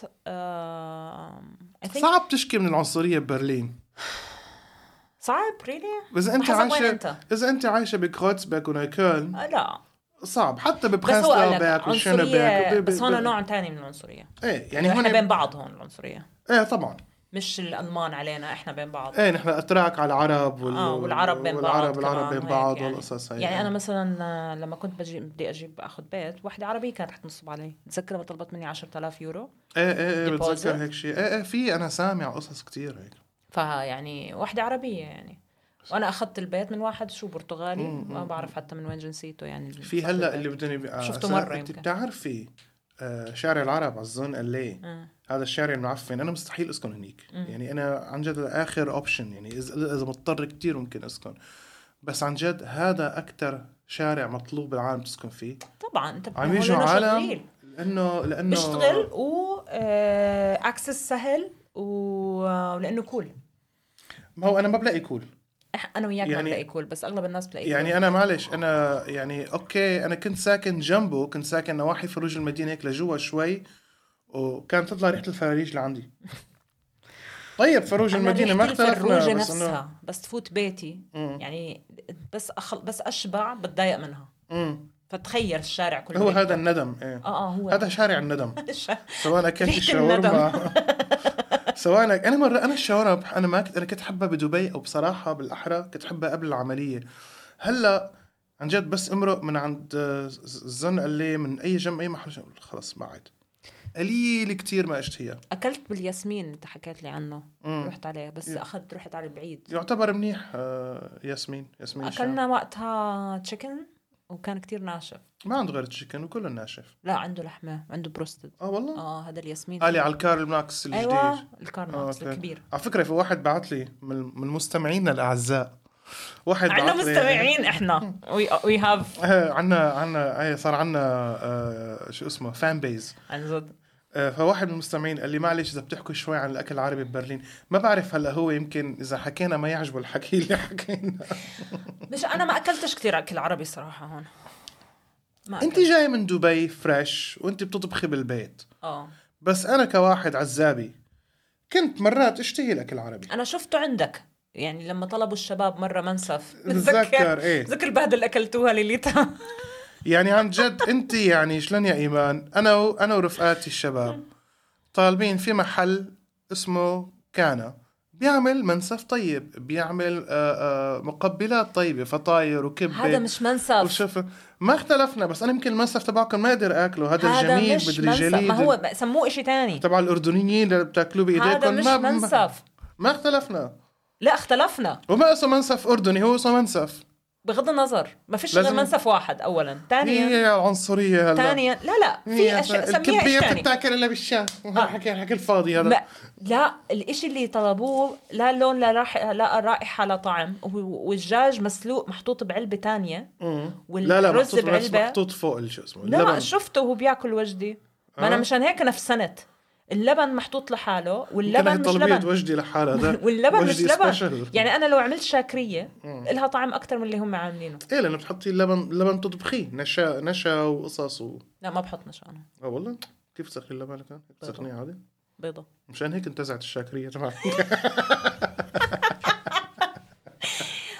صعب تشكي من العنصرية ببرلين. صعب ريلي. إذا أنت عايشة بكروتسباك ونايكولن لا صعب، حتى ببرنسلافاك وشنباك. بس هون نوع تاني من العنصرية. يعني احنا بين بعض هون العنصرية. طبعا مش الألمان علينا، احنا بين بعض. نحن أتراك على العرب والعرب بين بعض. والعرب بين بعض والقصص هاي. يعني أنا مثلا لما كنت بدي أجيب أخذ بيت، واحدة عربية كانت رح تنصب علي. تذكر طلبت مني 10,000 يورو. بتذكر هيك شيء. في أنا سامع قصص كتير هيك. فيعني واحدة عربية يعني. وأنا أخذت البيت من واحد برتغالي ما بعرف حتى من وين جنسيته يعني. في هلا اللي بدني شفته مرة. أنت بتعرفي شارع العرب عالزون اللي هذا الشارع المعفن، أنا مستحيل أسكن هنيك. يعني أنا عن جد آخر أوبشن يعني إذا مضطر كتير ممكن أسكن، بس عن جد هذا أكتر شارع مطلوب بالعالم تسكن فيه. طبعا أنت عم يجوا عالم لأنه بيشتغل أكسس سهل ولأنه كول. ما هو أنا ما بلاقي كول. أنا وياك يعني ما بلاقي كول، بس أغلب الناس بلاقي يعني كول. أنا معلش أنا يعني أوكي أنا كنت ساكن جنبه، كنت ساكن نواحي فروج المدينة هيك لجوا شوي، وكانت تطلع ريحة الفراريج لعندي. طيب فروج المدينة ما اختلفنا، بس تفوت بيتي يعني بس أشبع بتضايق منها. فتخير الشارع كله. هو هذا الندم. هو هذا شارع الندم. سواء كانت الشاورما سواء أنا الشاورما أنا كنت أحبها بدبي، أو بصراحة بالأحرى كنت أحبها قبل العملية. هلا عن جد بس امرق من عند الزن اللي من أي جنب أي محل خلاص ما عاد قليل كتير ما اشتهيها. أكلت بالياسمين أنت حكيت لي عنه. رحت عليه بس رحت على بعيد. يعتبر منيح. ياسمين أكلنا وقتها تشيكن وكان كتير ناشف. ما عنده غير تشيكن وكله ناشف. لا عنده لحمة، عنده بروستد. والله هذا الياسمين قالي على الكارل ماكس الجديد. أيوة الكارل ماكس الكبير. على فكرة في واحد بعت لي من مستمعينا الأعزاء، واحد عنا مستمعين احنا we have عنا صار عنا شو اسمه فان بيز عن جد. فواحد من المستمعين قال لي معلش إذا بتحكوا شوي عن الأكل العربي ببرلين. ما بعرف هلأ هو يمكن إذا حكينا ما يعجبه الحكي اللي حكينا. مش أنا ما أكلتش كتير أكل عربي صراحة هون. أنت جاي من دبي فريش وأنت بتطبخي بالبيت. بس أنا كواحد عزابي كنت مرات اشتهي الأكل العربي. أنا شفته عندك يعني لما طلبوا الشباب مرة منسف. ذكر البهدل اللي أكلتوها ليلتها. يعني عن جد انت يعني شلون يا ايمان، انا ورفقاتي الشباب طالبين في محل اسمه كانا بيعمل منسف طيب، بيعمل مقبلات طيبه، فطاير وكبه. هذا مش منسف. ما اختلفنا، بس انا يمكن المنسف تبعكم ما اقدر اكله. هذا الجميل بدري جليد. ما هو سموه اشي تاني تبع الاردنيين اللي بتاكلوه بايديكم. هذا مش منسف. ما اختلفنا. لا اختلفنا. وما اسمه منسف اردني، هو اسمه منسف. بغض النظر ما فيش غير منسف واحد. اولا ثانيا هي العنصريه هلا. ثانيا لا في اشياء سميها ايش ثاني. بتتاكل الا بالشام. حكي الفاضي هذا. لا الاشي اللي طلبوه لا لون لا رائحه لا طعم، والدجاج مسلوق محطوط بعلبه ثانيه، والرز بعلبه محطوط فوق شو اسمه. لا شفته وهو بياكل وجدي. ما انا مشان هيك نفسنت. اللبن محطوط لحاله واللبن مش لبن. وجدي لحاله ده. واللبن مش لبن. يعني انا لو عملت شاكريه لها طعم اكتر من اللي هم عاملينه. لانه بتحطي اللبن تطبخيه نشا وقصص لا ما بحط نشا انا. والله كيف تسخني اللبن كان تسخنيه عادي بيضه. مشان هيك انتزعت الشاكريه تبعك.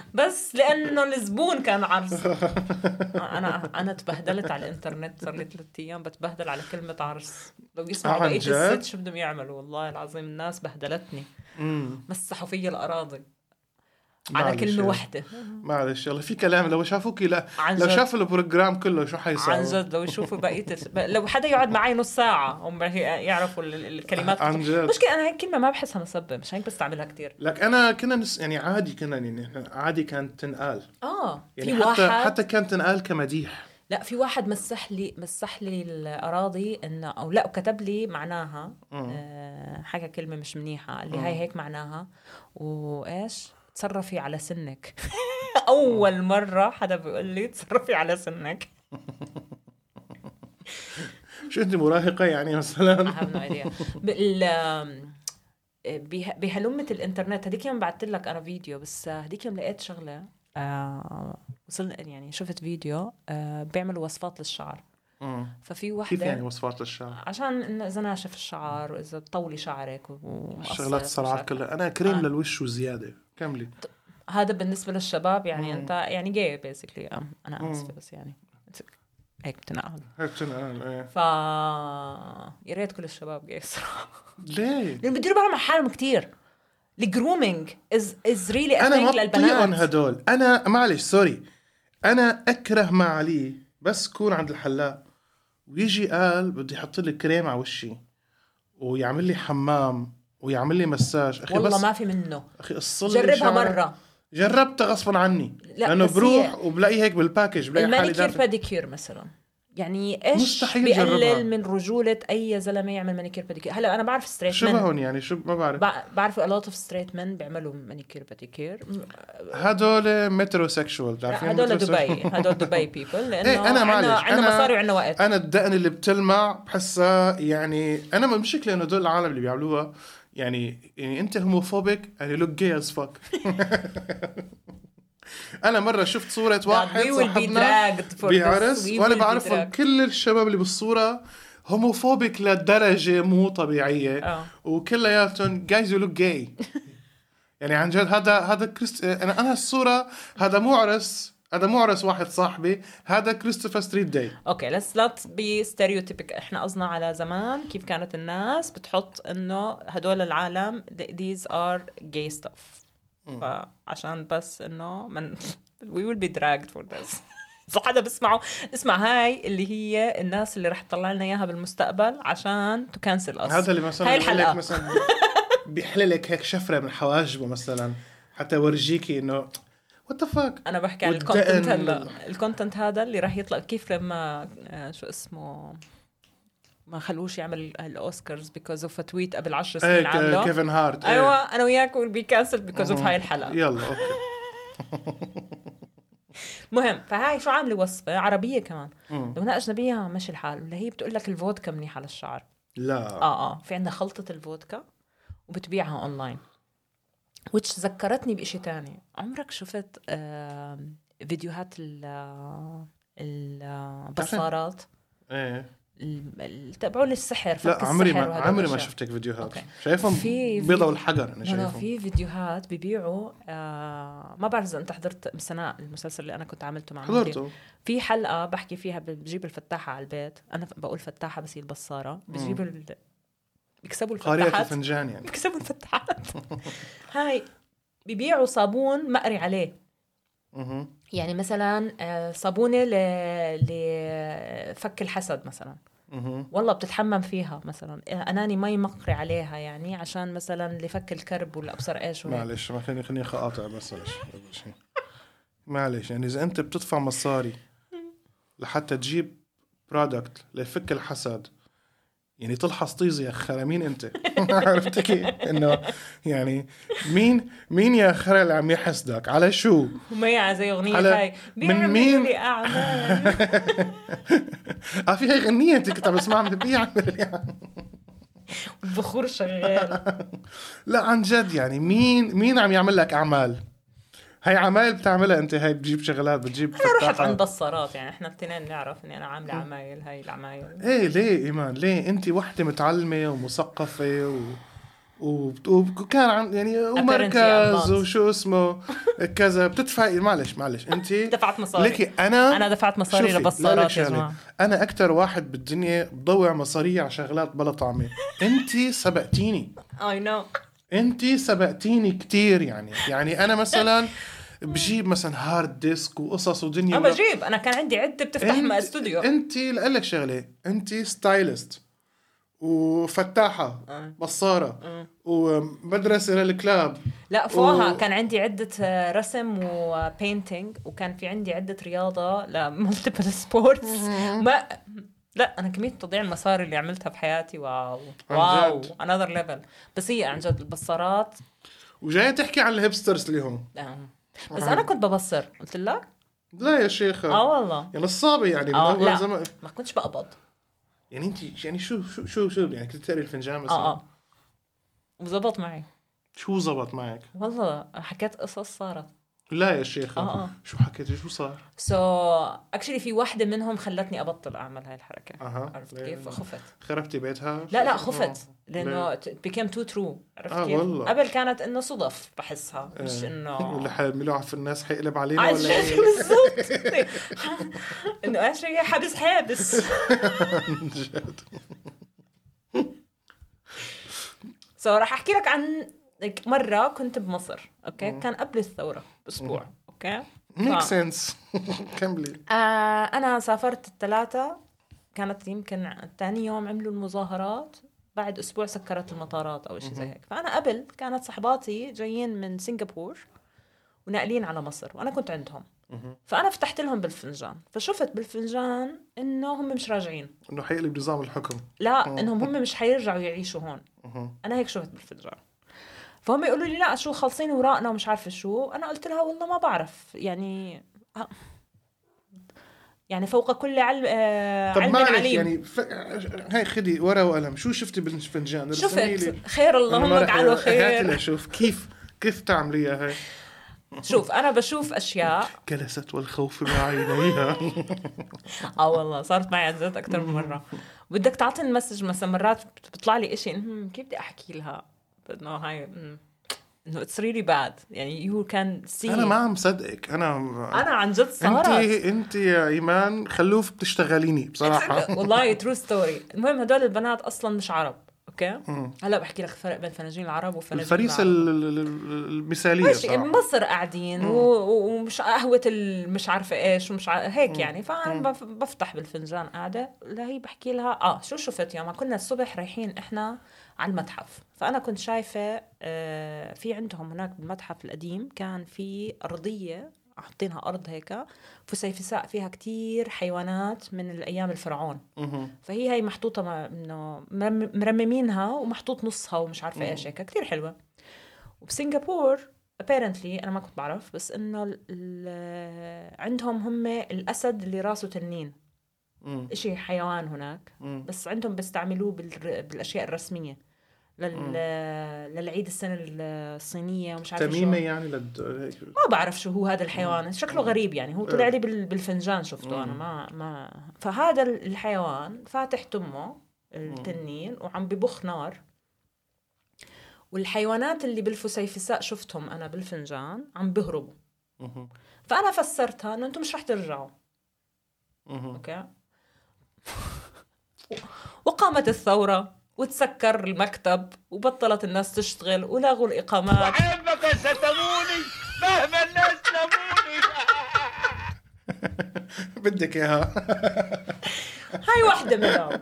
انه الزبون كان عرس. انا تبهدلت على الانترنت، صار لي 3 ايام بتبهدل على كلمه عرس. لو يسمعوا بقيه الست شو بدهم يعملوا، والله العظيم الناس بهدلتني. مسحوا في الاراضي على كلمة واحدة. معلش يلا في كلام. لو شافوك لو شافوا البروجرام كله شو حيصير؟ عن جد لو يشوفوا بقية لو حدا يقعد معي نص ساعة هم يعرفوا الكلمات. مشكلة أنا هاي كلمة ما بحسها مسبة، مش هيك بستعملها كتير. لك أنا كنا يعني عادي، كنا يعني عادي كانت تنقال. يعني في حتى كانت تنقال كمديح. لا في واحد مسح لي الأراضي إنه أو لا وكتب لي معناها حاجة كلمة مش منيحة اللي هاي هيك معناها وإيش تصرفي على سنك. أول مرة حدا بيقول لي تصرفي على سنك. شو أنت مراهقة يعني مثلا؟ بهلمة الإنترنت هديك يوم بعثت لك أنا فيديو، بس هديك يوم لقيت شغلة وصلنا يعني شفت فيديو بيعملوا وصفات للشعر. ففي واحدة كيف يعني وصفات للشعر؟ عشان إذا ناشف الشعر وإذا تطولي شعرك الشغلات الصراحة كلها. أنا كريم للوش وزيادة كملي. هذا بالنسبة للشباب يعني أنت يعني جاي بيسكلي أنا آسفة بس يعني هيك بتنقل إيه. يا ريت كل الشباب جاي صراحة. ليه؟ لأن بديروا بالهم حالهم كتير. الجرومينج is really أنا ما للبنات. هدول. أنا معلش سوري، أنا أكره ما عليه بس كون عند الحلاق ويجي قال بدي يحط لي كريم على وشي ويعمل لي حمام ويعمل لي مساج. أخي والله بس ما في منه. أخي جربها مرة. جربتها غصبا عني لأنه بروح وبلاقي هيك بالباكج بلاقي حالي المانيكير باديكير مثلا يعني إيش مستحيل بيقلل جربها. من رجولة أي زلمة يعمل مانيكير باديكير. هلا أنا بعرف ستريت شو بهون يعني شو ما بعرف a lot of straight men بيعملوا مانيكير باديكير. هدول متروسيكشوال. هدول دبي بيبل لأنه إيه أنا عندنا مصاري وعندنا وقت. أنا الدقن اللي بتلمع بحسها يعني أنا مشكلة إنه دول العالم اللي بيعملوها يعني أنت هوموفوبيك يعني look gay as fuck. أنا مرة شفت صورة واحد صاحبنا بعرس وأنا بعرف كل الشباب اللي بالصورة هوموفوبيك لدرجة مو طبيعية وكلياتهم guys you look gay. يعني عن جد هذا أنا الصورة هذا مو عرس واحد صاحبي، هذا كريستوفر ستريت داي. اوكي let's be stereotypic. احنا قصنا على زمان كيف كانت الناس بتحط انه هدول العالم these are gay stuff. فعشان بس انه من we will be dragged for this. صح حدا بسمعه اسمع هاي اللي هي الناس اللي رح تطلع لنا اياها بالمستقبل عشان to cancel us. هذا اللي مثلا مثلا بيحللك هيك شفرة من حواجبه مثلا حتى ورجيكي انه what the fuck. انا بحكي عن الكونتنت هلا الكونتنت هذا اللي راح يطلع كيف لما شو اسمه ما خلوش يعمل الأوسكارز because of a tweet قبل 10 سنين عمله كيفن هارت. أيوة أنا وياك will be cancelled because of هاي الحلقة. يلا أوكي. مهم فهاي شو عاملة وصفة عربية كمان لو أنا أجنبية ماشي الحال ولا هي بتقول لك الفودكا منيحة للشعر. لا في عندنا خلطة الفودكا وبتبيعها أونلاين which ذكرتني بإشي تاني. عمرك شفت فيديوهات البصارات تبعوا السحر؟ لا عمري ما شفتك فيديوهات. شايفهم بيضة والحجر. أنا شايفهم في فيديوهات ببيعوا ما بعرف إذا أنت حضرت سناء المسلسل اللي أنا كنت عملته مع حضرته. في حلقة بحكي فيها بجيب الفتاحة على البيت. أنا بقول فتاحة بس هي البصارة بجيب بيكسبوا الفتاحات قارئة الفنجان يعني بيكسبوا الفتاحات. هاي بيبيعوا صابون مقري عليه. يعني مثلا صابونة لفك الحسد مثلا. والله بتتحمم فيها مثلا أناني مي مقري عليها يعني عشان مثلا لفك الكرب ولا أبصر إيش. معلش ما خليني أقاطع بس معلش يعني إذا أنت بتدفع مصاري لحتى تجيب برودكت لفك الحسد يعني تلحظ طيزي يا خرا مين أنت؟ عرفت كيف إنه يعني مين يا خرا اللي عم يحسدك على شو؟ وما زي أغنية هاي من مين؟ لي أعمال. في هاي غنية أنت كنت عم بسمعها من بيعمل يعني البخور شغال. لا عن جد يعني مين عم يعمل لك أعمال؟ هاي عمايل بتعملها أنت. هاي بتجيب شغلات بتجيب أنا رحت عند بصارات يعني إحنا التنين نعرف إني أنا عاملة عمايل. هاي العمايل إيه ليه إيمان ليه أنت وحدة متعلمة ومثقفة وكان عن يعني ومركز وشو اسمه كذا بتدفعي. معلش انت دفعت مصاري ليكي انا دفعت مصاري لبصارات يا جماعه. انا اكتر واحد بالدنيا بضوع مصاري على شغلات بلا طعمه. انت سبقتيني. اي نو انت سبقتيني كتير. يعني انا مثلا بجيب مثلا هارد ديسك وقصص ودنيا. انا بجيب، انا كان عندي عده بتفتح مع استوديو. انت لك شغله، انت ستايلست وفتاحة بصارة ومدرسة للكلاب. لا فوقها كان عندي عدة رسم وبينتينج، وكان في عندي عدة رياضة لمالتيبل سبورتس. لا أنا كمية تضييع المصاري اللي عملتها بحياتي واو another level. بس هي عن جد البصارات. وجاي تحكي عن الهيبسترز اللي هم بس أنا كنت ببصر قلت لك. لا يا شيخة والله يعني نصابة يعني من أول زمان. ما كنتش بقبض يعني انت يعني شو يعني كنت تقري الفنجان مثلا؟ وزبط معي. شو زبط معك؟ والله حكيت قصص صارت. لا يا شيخ شو حكيتي؟ شو صار؟ اكشلي في واحدة منهم خلتني ابطل اعمل هاي الحركة. عرفت كيف؟ خفت. خربتي بيتها؟ لا خفت لانه became too true. عرفت كيف؟ والله. قبل كانت انه صدف بحسها مش انه ولا حيعملوها في الناس حيقلب علينا ولا ايه بالضبط. انه ايش هي حابس جد. راح احكي لك عن مرة كنت بمصر. اوكي كان قبل الثورة باسبوع. اوكي ميك سنس. كملي. انا سافرت الثلاثة، كانت يمكن ثاني يوم عملوا المظاهرات، بعد اسبوع سكرت المطارات او شيء زي هيك. فانا قبل كانت صحباتي جايين من سنغافورة وناقلين على مصر وانا كنت عندهم. فانا فتحت لهم بالفنجان، فشفت بالفنجان انه هم مش راجعين، انه حيقلب نظام الحكم. لا انهم هم مش حيرجعوا يعيشوا هون. انا هيك شفت بالفنجان. فهم يقولوا لي لا شو خلصين وراءنا ومش عارفه شو. انا قلت لها والله ما بعرف يعني فوق كل علم عليم. يعني هاي خدي ورقه وقلم. شو شفتي بالفنجان؟ شفت خير اللهم اجعله خير. هاتي لشوف كيف تعمليها هاي. شوف انا بشوف اشياء. جلست والخوف بعينيها. والله صارت معي عن جد اكثر من مره. بدك تعطيني المسج مثلا، مرات بيطلع لي إشي كيف بدي احكي لها انه هاي انه اتس ريلي باد. يعني يو كان سي. انا ما عم صدقك. انا عن جد صارت. انت يا ايمان خلوف بتشتغليني بصراحه. والله ترو ستوري. المهم هدول البنات اصلا مش عرب. اوكي هلا بحكي لك الفرق بين فناجين العرب وفناجين الفريسه المثاليه ماشي. مصر قاعدين ومش قهوه مش عارفه ايش ومش هيك يعني. فانا بفتح بالفنجان قاعده لهي بحكي لها شو شفت يا ما كنا الصبح رايحين احنا على المتحف. فانا كنت شايفه في عندهم هناك بالمتحف القديم كان في ارضيه حاطينها أرض هيك فسيفساء فيها كتير حيوانات من الأيام الفرعون. فهي هاي محطوطة إنه مرممينها ومحطوط نصها ومش عارفة إيش هيك كتير حلوة. وبسنغافور apparently أنا ما كنت بعرف بس إنه عندهم هم الأسد اللي راسه تنين إشي حيوان هناك. بس عندهم بيستعملوه بالأشياء الرسمية للعيد السنة الصينية ومش عارفة تميمة شو. يعني ما بعرف شو هو هذا الحيوان. شكله غريب يعني. هو طلع لي بالفنجان شفته أنا ما فهذا الحيوان فاتح تمه التنين وعم ببخ نار. والحيوانات اللي بالفسيفساء شفتهم أنا بالفنجان عم بهربوا. فأنا فسرتها إنه أنتم مش رح ترجعوا. أوكي. وقامت الثورة وتسكر المكتب وبطلت الناس تشتغل ولغوا الإقامات. وحبك ستموني مهما الناس لموني. بدك إياها. هاي واحدة منهم.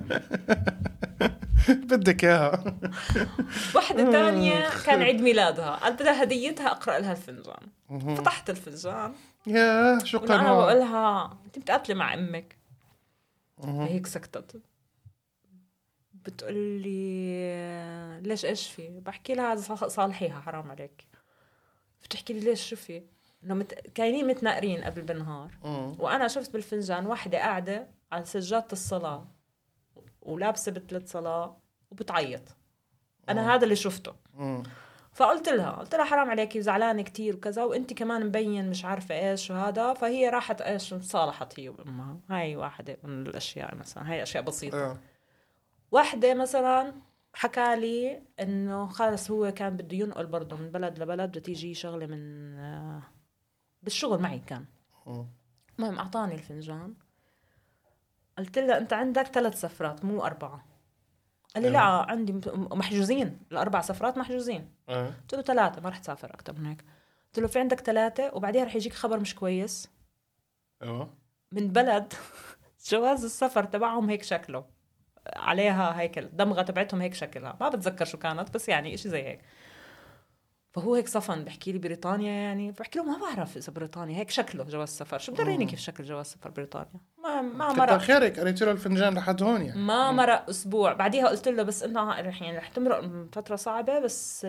بدك إياها. واحدة تانية كان عيد ميلادها قال بدها هديتها أقرأ لها الفنجان. فتحت الفنجان يا شو قنوع. أنا بقولها أنت بتقاتلي مع أمك. هيك سكتت. بتقول لي ليش ايش في؟ بحكي لها صالحيها حرام عليك. بتحكي لي ليش شو في؟ انه كاينين متناقرين قبل بالنهار وانا شفت بالفنجان واحدة قاعدة على سجادة الصلاة ولابسة بتلة صلاة وبتعيط. انا هذا اللي شفته. فقلت لها حرام عليكي زعلانة كتير وكذا وانت كمان مبين مش عارفة ايش وهذا. فهي راحت ايش صالحت هي وامها. هاي واحدة من الاشياء مثلا. هاي اشياء بسيطة. واحدة مثلا حكى لي انه خلص هو كان بده ينقل برضه من بلد لبلد، بده تيجي شغله من بالشغل معي كان. المهم اعطاني الفنجان، قلت له انت عندك 3 سفرات مو 4. قال لي لا عندي محجوزين، ال4 سفرات محجوزين. قلت له 3 ما رح تسافر اكثر من هيك. قلت له في عندك 3 وبعديها رح يجيك خبر مش كويس من بلد جواز السفر تبعهم هيك شكله عليها، هيك الدمغة تبعتهم هيك شكلها، ما بتذكر شو كانت بس يعني إشي زي هيك. فهو هيك صفن بحكي لي بريطانيا، يعني بحكي له ما بعرف إذا بريطانيا هيك شكله جواز سفر، شو بدريني كيف شكل جواز سفر بريطانيا. ما مرق خيرك قريت له الفنجان لحد هون يعني. ما مرق أسبوع بعديها قلت له بس إنه يعني رح تمرق فترة صعبة، بس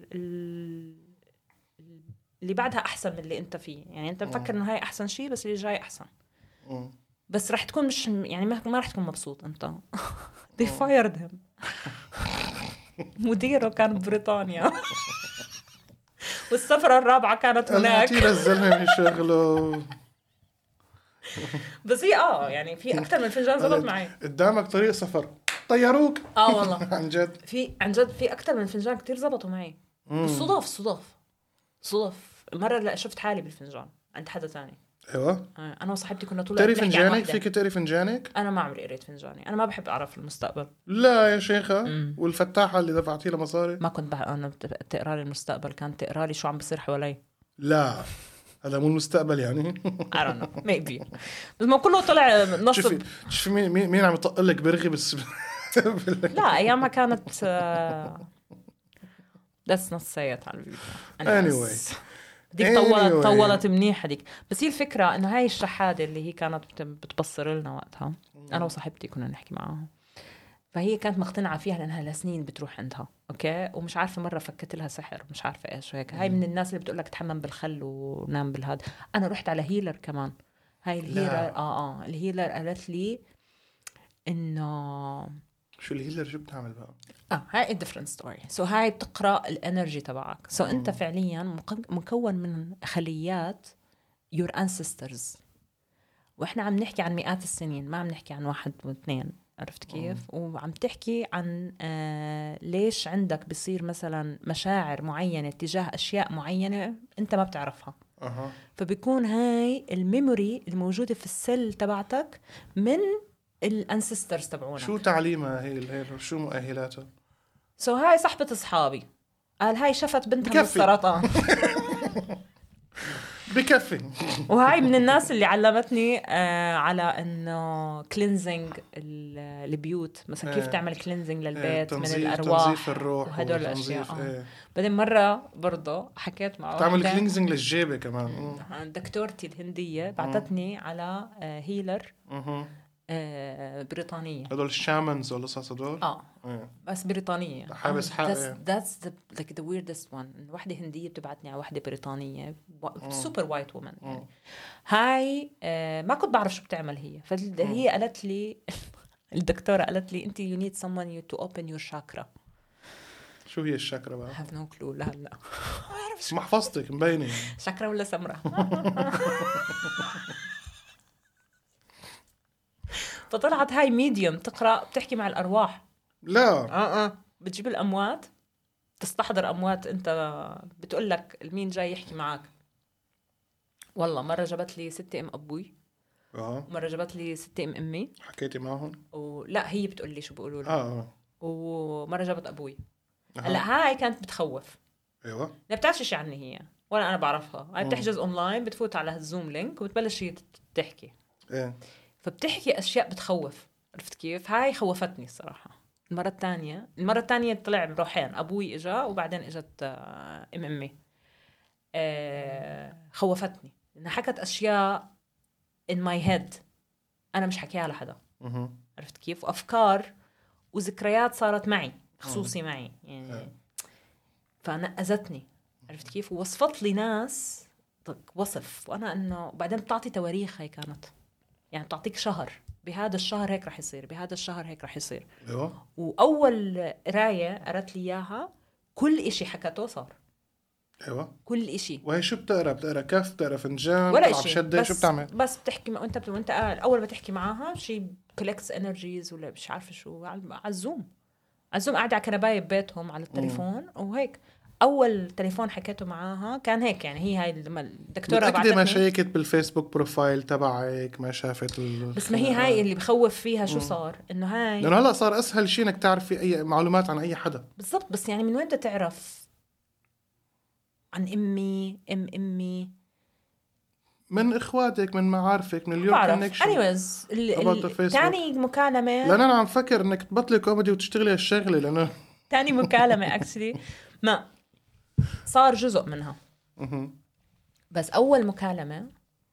اللي بعدها أحسن من اللي أنت فيه، يعني أنت مفكر إنه هاي أحسن شيء بس اللي جاي أحسن. بس رح تكون مش يعني ما رح تكون مبسوط أنت. they fired him. مديره كان ببريطانيا والسفرة الرابعة كانت هناك. أنا الزلمة من شغله. بس هي يعني في أكتر من فنجان زبط معي. قدامك طريق سفر طيروك. والله عن جد في أكتر من فنجان كتير زبطوا معي. صدف مرة شفت حالي بالفنجان عند حدا تاني. ايوه انا وصاحبتي كنا طول تقري فنجانك. فيك تقري فنجانك؟ انا ما عمري قريت فنجاني، انا ما بحب اعرف المستقبل. لا يا شيخة. والفتاحة اللي دفعتي لها مصاري ما كنت انا تقرا لي المستقبل، كانت تقرا لي شو عم بصير حوالي. لا هذا مو المستقبل يعني. I don't know maybe بس ما كله طلع نصب. شوفي مين عم يطقلك برغي بس. لا ايامها كانت that's not say it على الفيديو. anyway ديك طولت منيح هذيك. بس هي الفكرة إنه هاي الشحادة اللي هي كانت بتبصر لنا وقتها، أنا وصاحبتي كنا نحكي معاها، فهي كانت مقتنعة فيها لأنها لسنين بتروح عندها أوكي، ومش عارفة مرة فكت لها سحر مش عارفة إيش هيك. هاي من الناس اللي بتقولك تحمم بالخل ونام بالهاد. أنا رحت على هيلر كمان. هاي الهيلر الهيلر قالت لي إنه شو الهيلر شو بتعمل بقى؟ هاي different story. هاي بتقرأ الانرجي تبعك. انت فعليا مكون من خليات your ancestors، واحنا عم نحكي عن مئات السنين، ما عم نحكي عن 1 و2. عرفت كيف؟ وعم تحكي عن ليش عندك بصير مثلا مشاعر معينة تجاه أشياء معينة انت ما بتعرفها. فبيكون هاي الميموري الموجودة في السل تبعتك من الانسسترز تبعونا. شو تعليمها هي الهيلر؟ شو مؤهلاتها؟ هاي صاحبة أصحابي قال هاي شفت بنتها من السرطان. بكفي. وهاي من الناس اللي علمتني على إنه كلينزينج البيوت مثلا، كيف تعمل كلينزينج للبيت من الأرواح، تنظيف الروح وهدول الأشياء. بعدين مرة برضه حكيت مع تعمل كلينزينج للجيبة كمان. دكتورتي الهندية بعتتني على هيلر بريطانية. هدول الشامنز ولا قصص هدول؟ بس بريطانية. حابس that's the weirdest one. واحدة هندية بتبعتني على واحدة بريطانية super white woman يعني. هاي ما كنت بعرف شو بتعمل هي. فهي قالت لي الدكتورة قالت لي أنت you need someone to open your chakra. شو هي الشاكرا بقى؟ have no clue. لا محفظتك مبينة. شاكرا ولا سمرة؟ فطلعت هاي ميديوم تقرأ بتحكي مع الأرواح. لا بتجيب الأموات، تستحضر أموات أنت، بتقول لك المين جاي يحكي معك. والله مرة جابت لي 6 أم أبوي، مرة جابت لي 6 أم أمي. حكيتي معهم؟ لا هي بتقول لي شو بيقولوا لي. ومرة جابت أبوي. هلا هاي كانت بتخوف. ايوه لا بتعرفش شي عني هي ولا أنا بعرفها. هاي بتحجز أونلاين، بتفوت على الزوم لينك وبتبلش هي تحكي. فبتحكي أشياء بتخوف. عرفت كيف؟ هاي خوفتني الصراحة. المرة الثانية طلع بروحين، أبوي إجا وبعدين إجت أمي. خوفتني إنها حكت أشياء in my head أنا مش حكيها لحدا. عرفت كيف؟ وأفكار وذكريات صارت معي خصوصي معي يعني. فنقزتني. عرفت كيف؟ ووصفت لي ناس وصف، وأنا إنه بعدين بتعطي تواريخ. هي كانت يعني بتعطيك شهر، بهذا الشهر هيك رح يصير، بهذا الشهر هيك رح يصير. وأول قراية قرأت لي إياها كل إشي حكته صار. كل إشي. وهي شو بتقرأ كف، بتقرأ فنجان ولا إشي، شو بتعمل؟ بس بتحكي وانت أول ما تحكي معاها شي collects energies ولا مش عارفة شو على الزوم. عزوم قاعدة على كنباية ببيتهم على التليفون وهيك. أول تليفون حكيته معاها كان هيك، يعني هي هاي الدكتورة متأكدة ما بعتتني. شيكت بالفيسبوك بروفايل تبعك، ما شافت بس ما هي هاي اللي بخوف فيها. شو صار؟ إنه هاي لأنه هلأ صار أسهل شيء إنك تعرف في أي معلومات عن أي حدا. بالضبط. بس يعني من وين بدها تعرف عن أمي أمي؟ من إخواتك، من معارفك، من اليور بعرف. كونكشن. anyways تاني مكالمة. لأن أنا عم فكر إنك تبطلي كوميدي وتشتغلي هالشغلة، لأنه تاني مكالمة اكشلي ما صار جزء منها. بس أول مكالمة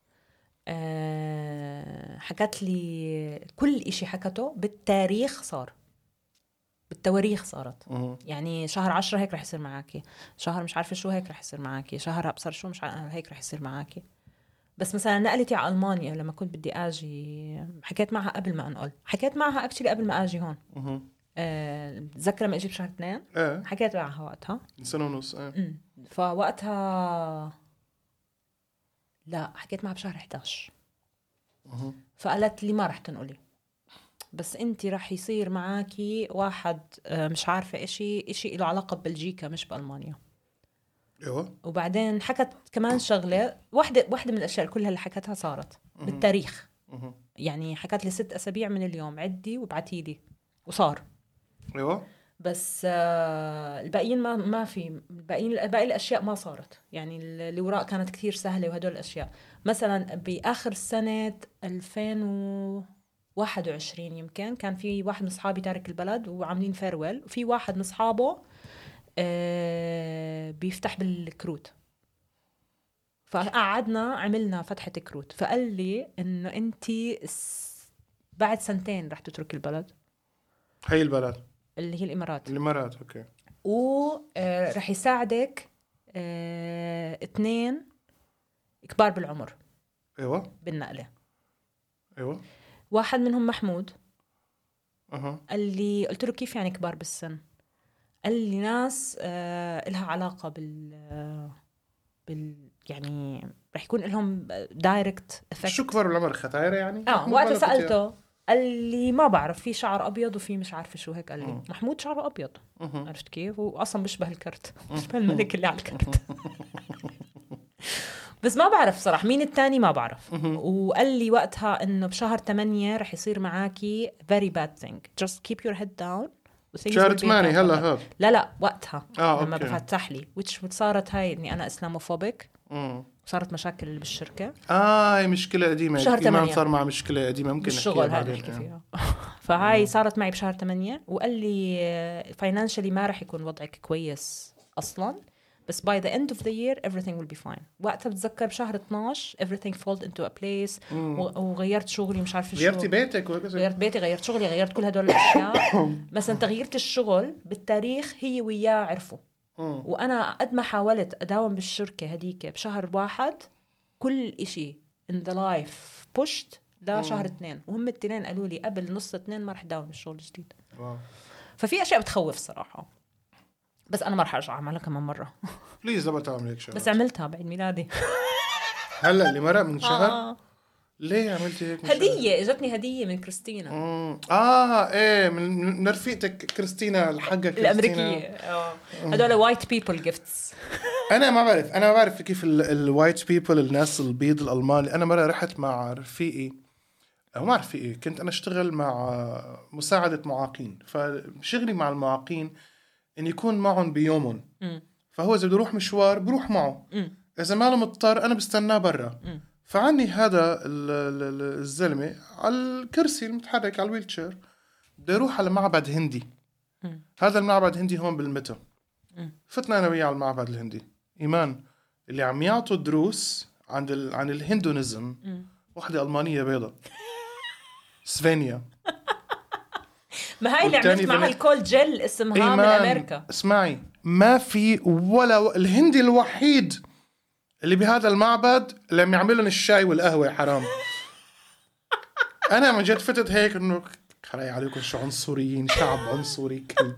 حكت لي كل إشي حكته بالتاريخ، صار بالتواريخ صارت. يعني شهر 10 هيك رح يصير معاكي، شهر مش عارفة شو هيك رح يصير معاكي، شهر أبصر شو مش هيك رح يصير معاكي. بس مثلا نقلتي على ألمانيا لما كنت بدي أجي، حكيت معها قبل ما أنقل، حكيت معها أكشلي قبل ما أجي هون. تذكر لما أجي بشهر 2 حكيت معها وقتها سنة ونص. فوقتها لا حكيت معها بشهر 11. فقالت لي ما رح تنقلي، بس انتي رح يصير معاكي واحد مش عارفة إشي له علاقة ببلجيكا مش بألمانيا. ايوه. وبعدين حكت كمان شغلة واحدة من الأشياء كلها اللي حكتها صارت بالتاريخ. يعني حكت لي 6 أسابيع من اليوم عدي وابعتي لي، وصار. ايوه. بس الباقيين ما في باقي الأشياء ما صارت. يعني اللي وراء كانت كثير سهلة. وهدول الأشياء مثلا بآخر سنة 2021 يمكن كان في واحد من أصحابي تارك البلد وعاملين فيرويل، وفي واحد من أصحابه بيفتح بالكروت. فقعدنا عملنا فتحة كروت، فقال لي إنه أنتي بعد 2 رح تترك البلد. هاي البلد اللي هي الإمارات. أوكي. ورح يساعدك 2 كبار بالعمر. ايوه. بالنقلة. ايوه. واحد منهم محمود. قال لي، قلت له كيف يعني كبار بالسن؟ قال لي ناس لها علاقة بال يعني رح يكون لهم دايركت افكت. شو كبار بالعمر؟ ختايرة يعني؟ وقت سألته قال لي ما بعرف، في شعر أبيض وفي مش عارفة شو هيك. قال لي محمود شعره أبيض. عرفت كيف؟ وأصلا بيشبه الكرت، بيشبه الملك اللي على الكرت. بس ما بعرف صراحة مين التاني، ما بعرف. وقال لي وقتها إنه بشهر 8 رح يصير معاكي very bad thing, just keep your head down. شهر 8 هلا هاد؟ لا وقتها لما أوكي. بفتح لي صارت هاي إني أنا إسلاموفوبيك. صارت مشاكل بالشركة. هاي مشكلة قديمة. شهر 8 صار مع مشكلة قديمة ممكن بالشغل هاي نحكي فيها. فهاي صارت معي بشهر 8. وقال لي financially ما رح يكون وضعك كويس أصلاً، بس by the end of the year everything will be fine. وقتها بتذكر بشهر 12 everything fall into a place. وغيرت شغلي مش عارفة شو. غيرتي بيتك وهكذا؟ غيرت بيتي، غيرت شغلي، غيرت كل هدول الأشياء. مثلا تغييرت الشغل بالتاريخ هي وياه عرفوا. وأنا قد ما حاولت أداوم بالشركة هديك بشهر 1 كل إشي in the life pushed لشهر 2. وهم التنين قالوا لي قبل نص 2 ما رح داوم بالشغل الجديد. ففي أشياء بتخوف صراحة. بس أنا ما رح أرجع أعملها كمان مرة. بليز لا تعمل هيك شغلات. بس عملتها بعد ميلادي. هلا اللي مرق من شهر. ليه عملتي هيك؟ هدية اجتني هدية من كريستينا. ايه من رفيقتك كريستينا الحقة الأمريكية. هدول وايت بيبل جيفتس. انا ما بعرف كيف الوايت بيبل الناس البيض الألمان. انا مرة رحت مع رفيقي، أو ما رفيقي، كنت انا اشتغل مع مساعدة معاقين. فشغلي مع المعاقين ان يكون معهم بيومهم. فهو اذا بده يروح مشوار بروح معه، اذا ما له مضطر انا بستناه برا. فعني هذا الزلمة على الكرسي المتحرك على الويلتشير، بده يروح على معبد هندي. هذا المعبد هندي هون بالمترو. فتنا أنا وياه على المعبد الهندي. إيمان اللي عم يعطوا دروس عن الهندونيزم واحدة ألمانية بيضة سفينيا. ما هاي اللي عملت معها الكول جل اسمها من أمريكا. اسمعي، ما في ولا الهندي الوحيد اللي بهذا المعبد اللي عم يعملون الشاي والقهوة. حرام. أنا من جد فتت هيك إنه خلاي عليكم شو عنصريين، شعب عنصري كلب.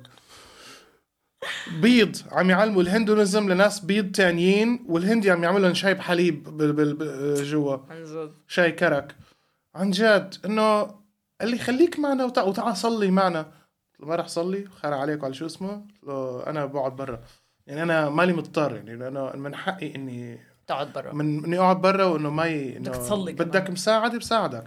بيض عم يعلموا الهندونيزم لناس بيض تانيين، والهندي عم يعملون شاي بحليب جوا، شاي كرك. عن جد إنه اللي خليك معنا وتعال صلي معنا. ما رح صلي خير عليك على شو اسمه، انا بقعد برا. يعني انا مالي مضطر، يعني انا من حقي اني تقعد برا، اني اقعد برا، وانه ما بدك تصلي بدك كمان. مساعدة بساعدك،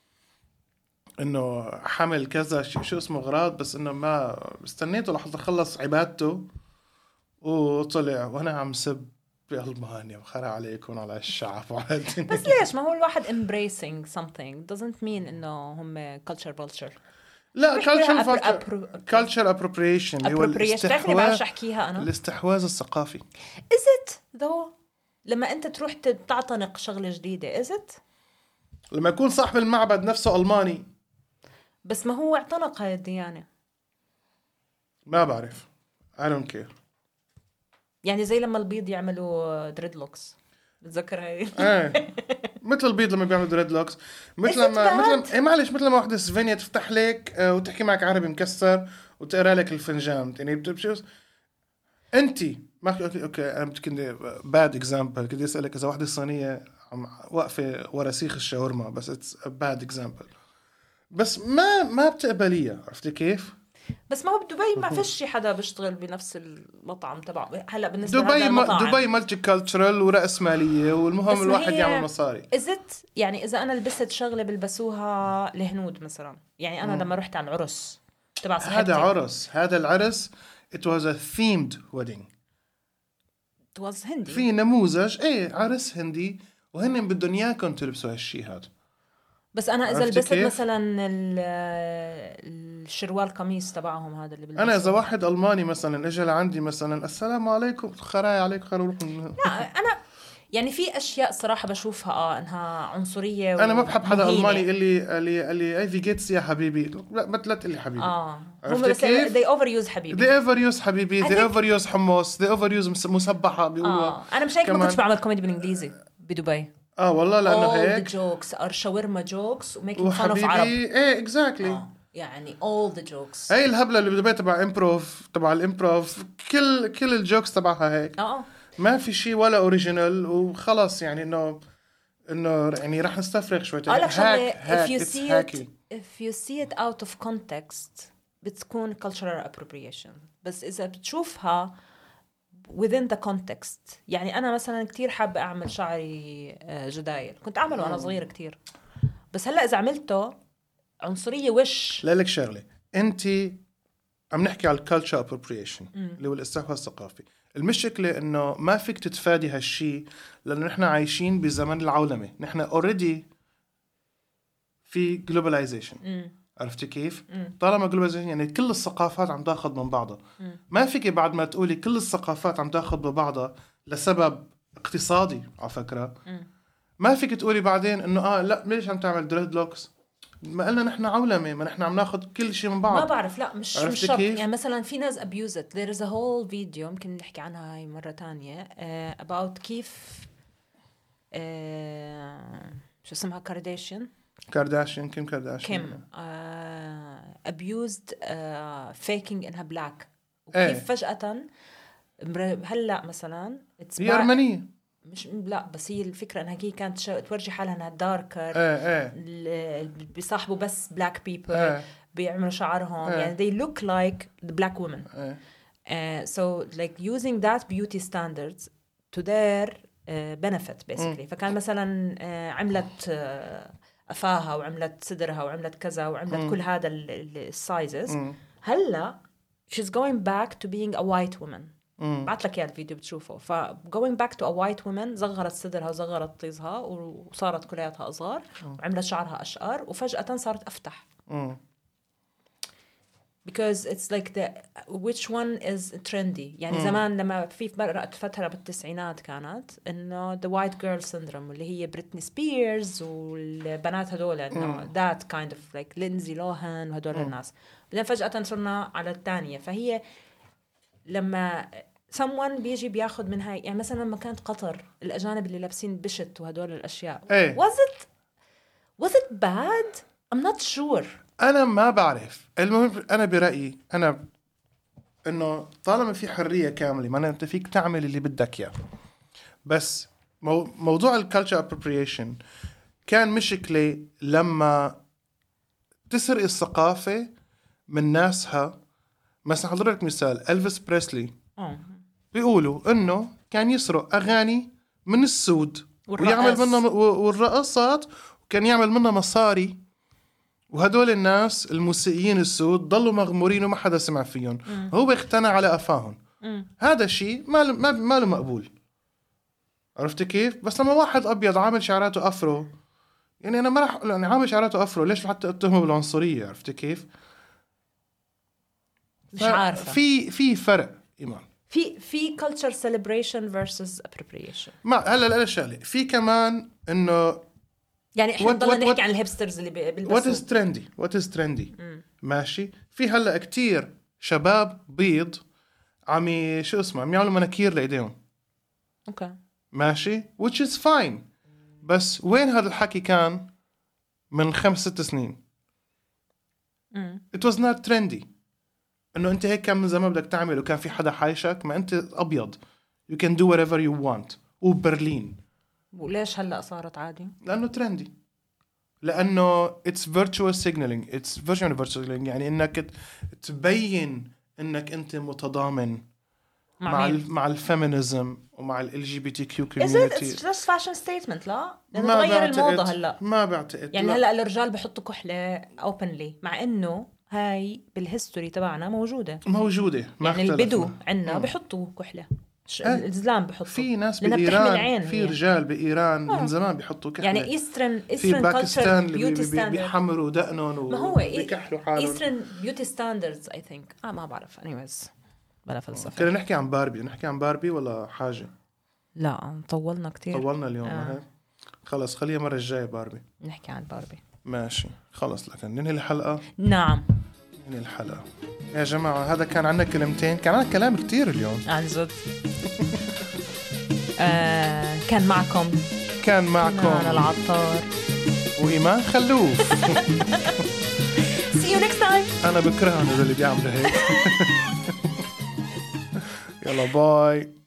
انه حمل كذا شو اسمه غراض، بس انه ما استنيته لحظة خلص عبادته وطلع وانا عم سب بألمانيا وخرا عليكم على الشعب وعلى الدنيا. بس ليش؟ ما هو الواحد embracing something doesn't mean انه هم culture vulture. لا بيحكوا لها culture appropriation اللي هو بتعرفني بعرفش احكيها انا. الاستحواذ الثقافي. is it though لما انت تروح تعتنق شغلة جديدة is it؟ لما يكون صاحب المعبد نفسه ألماني. بس ما هو اعتنق هاي الديانة. ما بعرف I don't care. يعني زي لما البيض يعملوا دريدلوكس، بتذكر هاي؟ ايه مثل البيض لما بيعملوا دريدلوكس، مثل معلش مثل ما وحده سفينيا تفتح لك وتحكي معك عربي مكسر وتقرا لك الفنجان. يعني بتشوف انت ما اوكي انا بدي باد اكزامبل، بدي اسالك اذا وحده صينيه عم واقفه ورا سيخ الشاورما، بس اتس باد اكزامبل، بس ما بتقبليها، عرفتي كيف؟ بس ما هو بدبي ما فيش حدا بيشتغل بنفس المطعم تبعه. هلا بالنسبه دبي مالتي كالتشرال ورأسمالية، والمهم الواحد يعمل مصاري. يعني اذا انا لبست شغله بلبسوها الهنود مثلا، يعني انا لما رحت على العرس تبع صاحبتي، هذا عرس، هذا العرس it was a themed wedding. it was هندي، في نموذج ايه عرس هندي، وهن بدهم اياكم تلبسوا هالشيء هذا. بس انا اذا لبست مثلا الشروال قميص تبعهم هذا اللي بلبسه، انا اذا واحد الماني مثلا اجى لعندي مثلا السلام عليكم خراي عليك خلوا لا انا يعني في اشياء صراحه بشوفها انها عنصريه. انا ما بحب حدا الماني اللي اي في جيتس يا حبيبي. لا تقول لي حبيبي. هم بس they overuse حبيبي، they overuse حبيبي، they overuse حمص، they overuse مسبحه بيقولوا. انا مش هيك ما كنتش بعمل كوميدي بالانجليزي بدبي. والله لانه هيك all the jokes are shawarma jokes وmaking fun of عرب. ايه exactly. يعني all the jokes. هاي الهبله اللي بدبي تبع الامبروف كل الجوكس تبعها هيك. ما في شيء ولا اوريجينال وخلص. يعني انه يعني راح نستفرغ شوي. if you see it out of context بتكون cultural appropriation. بس اذا بتشوفها within the context، يعني أنا مثلا كتير حابة أعمل شعري جدايل، كنت أعمله وأنا صغيرة كتير، بس هلأ إذا عملته عنصرية وش. لا لك شغلة، أنت عم نحكي على culture appropriation اللي هو الاستحواذ الثقافي. المشكلة إنه ما فيك تتفادي هالشي، لأنه نحن عايشين بزمن العولمة. نحن already في globalization. عرفتي كيف؟ طالما globalization يعني كل الثقافات عم تاخذ من بعضها. ما فيك بعد ما تقولي كل الثقافات عم تاخذ ببعضها لسبب اقتصادي على فكرة. ما فيك تقولي بعدين إنه لا ليش عم تعمل دريدلوكس؟ ما قلنا نحن عولمة، ما نحن عم ناخذ كل شيء من بعض. ما بعرف، لا مش شرط. يعني مثلا في ناس abuse it. There is a whole video ممكن نحكي عنها هاي مرة تانية about كيف شو اسمها كيم كارداشيان abused faking انها black، وكيف فجأة هلا مثلا هي أرمنية مش لا، بس هي الفكرة انها هي كانت تورجي حالها انها داركر. بيصاحبوا بس black people. بيعملوا شعرهم يعني they look like the black women. So like using that beauty standards to their benefit basically. فكان مثلا عملت أفاها وعملت صدرها وعملت كذا وعملت كل هذا السايزز. هلا she's going back to being a white woman. بعت لك اياه الفيديو بتشوفه. going back to a white woman صغرت صدرها وصغرت طيزها وصارت كلياتها أصغر وعملت شعرها أشقر وفجأة صارت أفتح. because it's like which one is trendy. يعني زمان لما في فترة بالتسعينات كانت إنه the white girl syndrome اللي هي بريتني سبيرز والبنات هدول إنه that kind of like لينزي لوهان وهدول الناس. بعدين فجأة صرنا على الثانية. فهي لما someone بيجي بياخد من هاي، يعني مثلا لما كانت قطر الأجانب اللي لابسين بشت وهدول الأشياء was it bad? I'm not sure. أنا ما بعرف. المهم أنا برأيي أنا إنه طالما في حرية كاملة ما أنت فيك تعمل اللي بدك إياه. بس موضوع الكالتشر appropriation كان مشكلة لما تسرق الثقافة من ناسها مثلا حضرتك مثال ألفيس بريسلي بيقولوا إنه كان يسرق أغاني من السود ويعمل منها والرقصات، وكان يعمل منها مصاري، وهدول الناس الموسيقيين السود ضلوا مغمورين وما حدا سمع فيهم. هو بيقتنع على أفاهم. هذا شيء ما له مقبول. عرفت كيف؟ بس لما واحد أبيض عامل شعراته أفرو، يعني أنا ما رح يعني عامل شعراته أفرو ليش حتى اتهمه بالعنصرية؟ عرفت كيف؟ مش عارفة. في فرق إيمان. في culture celebration versus appropriation. ما هلا شغله في كمان إنه يعني احنا نضل نحكي عن الهيبسترز اللي بيلبسوا what is trendy ماشي. في هلا كتير شباب بيض عم يعملوا مناكير لايديهم. اوكي ماشي which is fine. بس وين هذا الحكي كان من 5-6 سنين؟ it was not trendy. انه انت هيك كان من زمان بدك تعمل وكان في حدا حايشك. ما انت ابيض you can do whatever you want. وبرلين وليش هلا صارت عادي؟ لانه ترندي. لانه it's virtuous signaling. it's virtual signaling يعني انك تبين انك انت متضامن مع الفيمينيزم ومع LGBT community. It's just fashion statement. لا لأنه تغير الموضة هلا. ما بعتقد يعني هلا الرجال بيحطوا كحلة openly مع انه هاي بالهيستوري تبعنا موجودة ما يعني البدو عنا بيحطوا كحلة. الإسلام بيحطوا. في ناس بإيران في رجال بإيران من زمان بيحطوا كحلة. يعني إيسترن في باكستان اللي بيحمروا دقنهم وبيكحلوا حالهم. إيسترن بيوتي ستاندردز I think. ما بعرف anyways بلا فلسفة. كنا نحكي عن باربي ولا حاجة؟ لا طولنا كتير. طولنا اليوم. خلص خليها مرة الجاية باربي نحكي عن باربي. ماشي خلص. لكن ننهي الحلقة. نعم ننهي الحلقة يا جماعة. هذا كان عنا كلمتين. كان عنا كلام كتير اليوم عن جد. كان معكم أنا العطار وإيمان خلوف. See you next time. أنا بكرههم اللي بيعملوا هيك. يلا باي.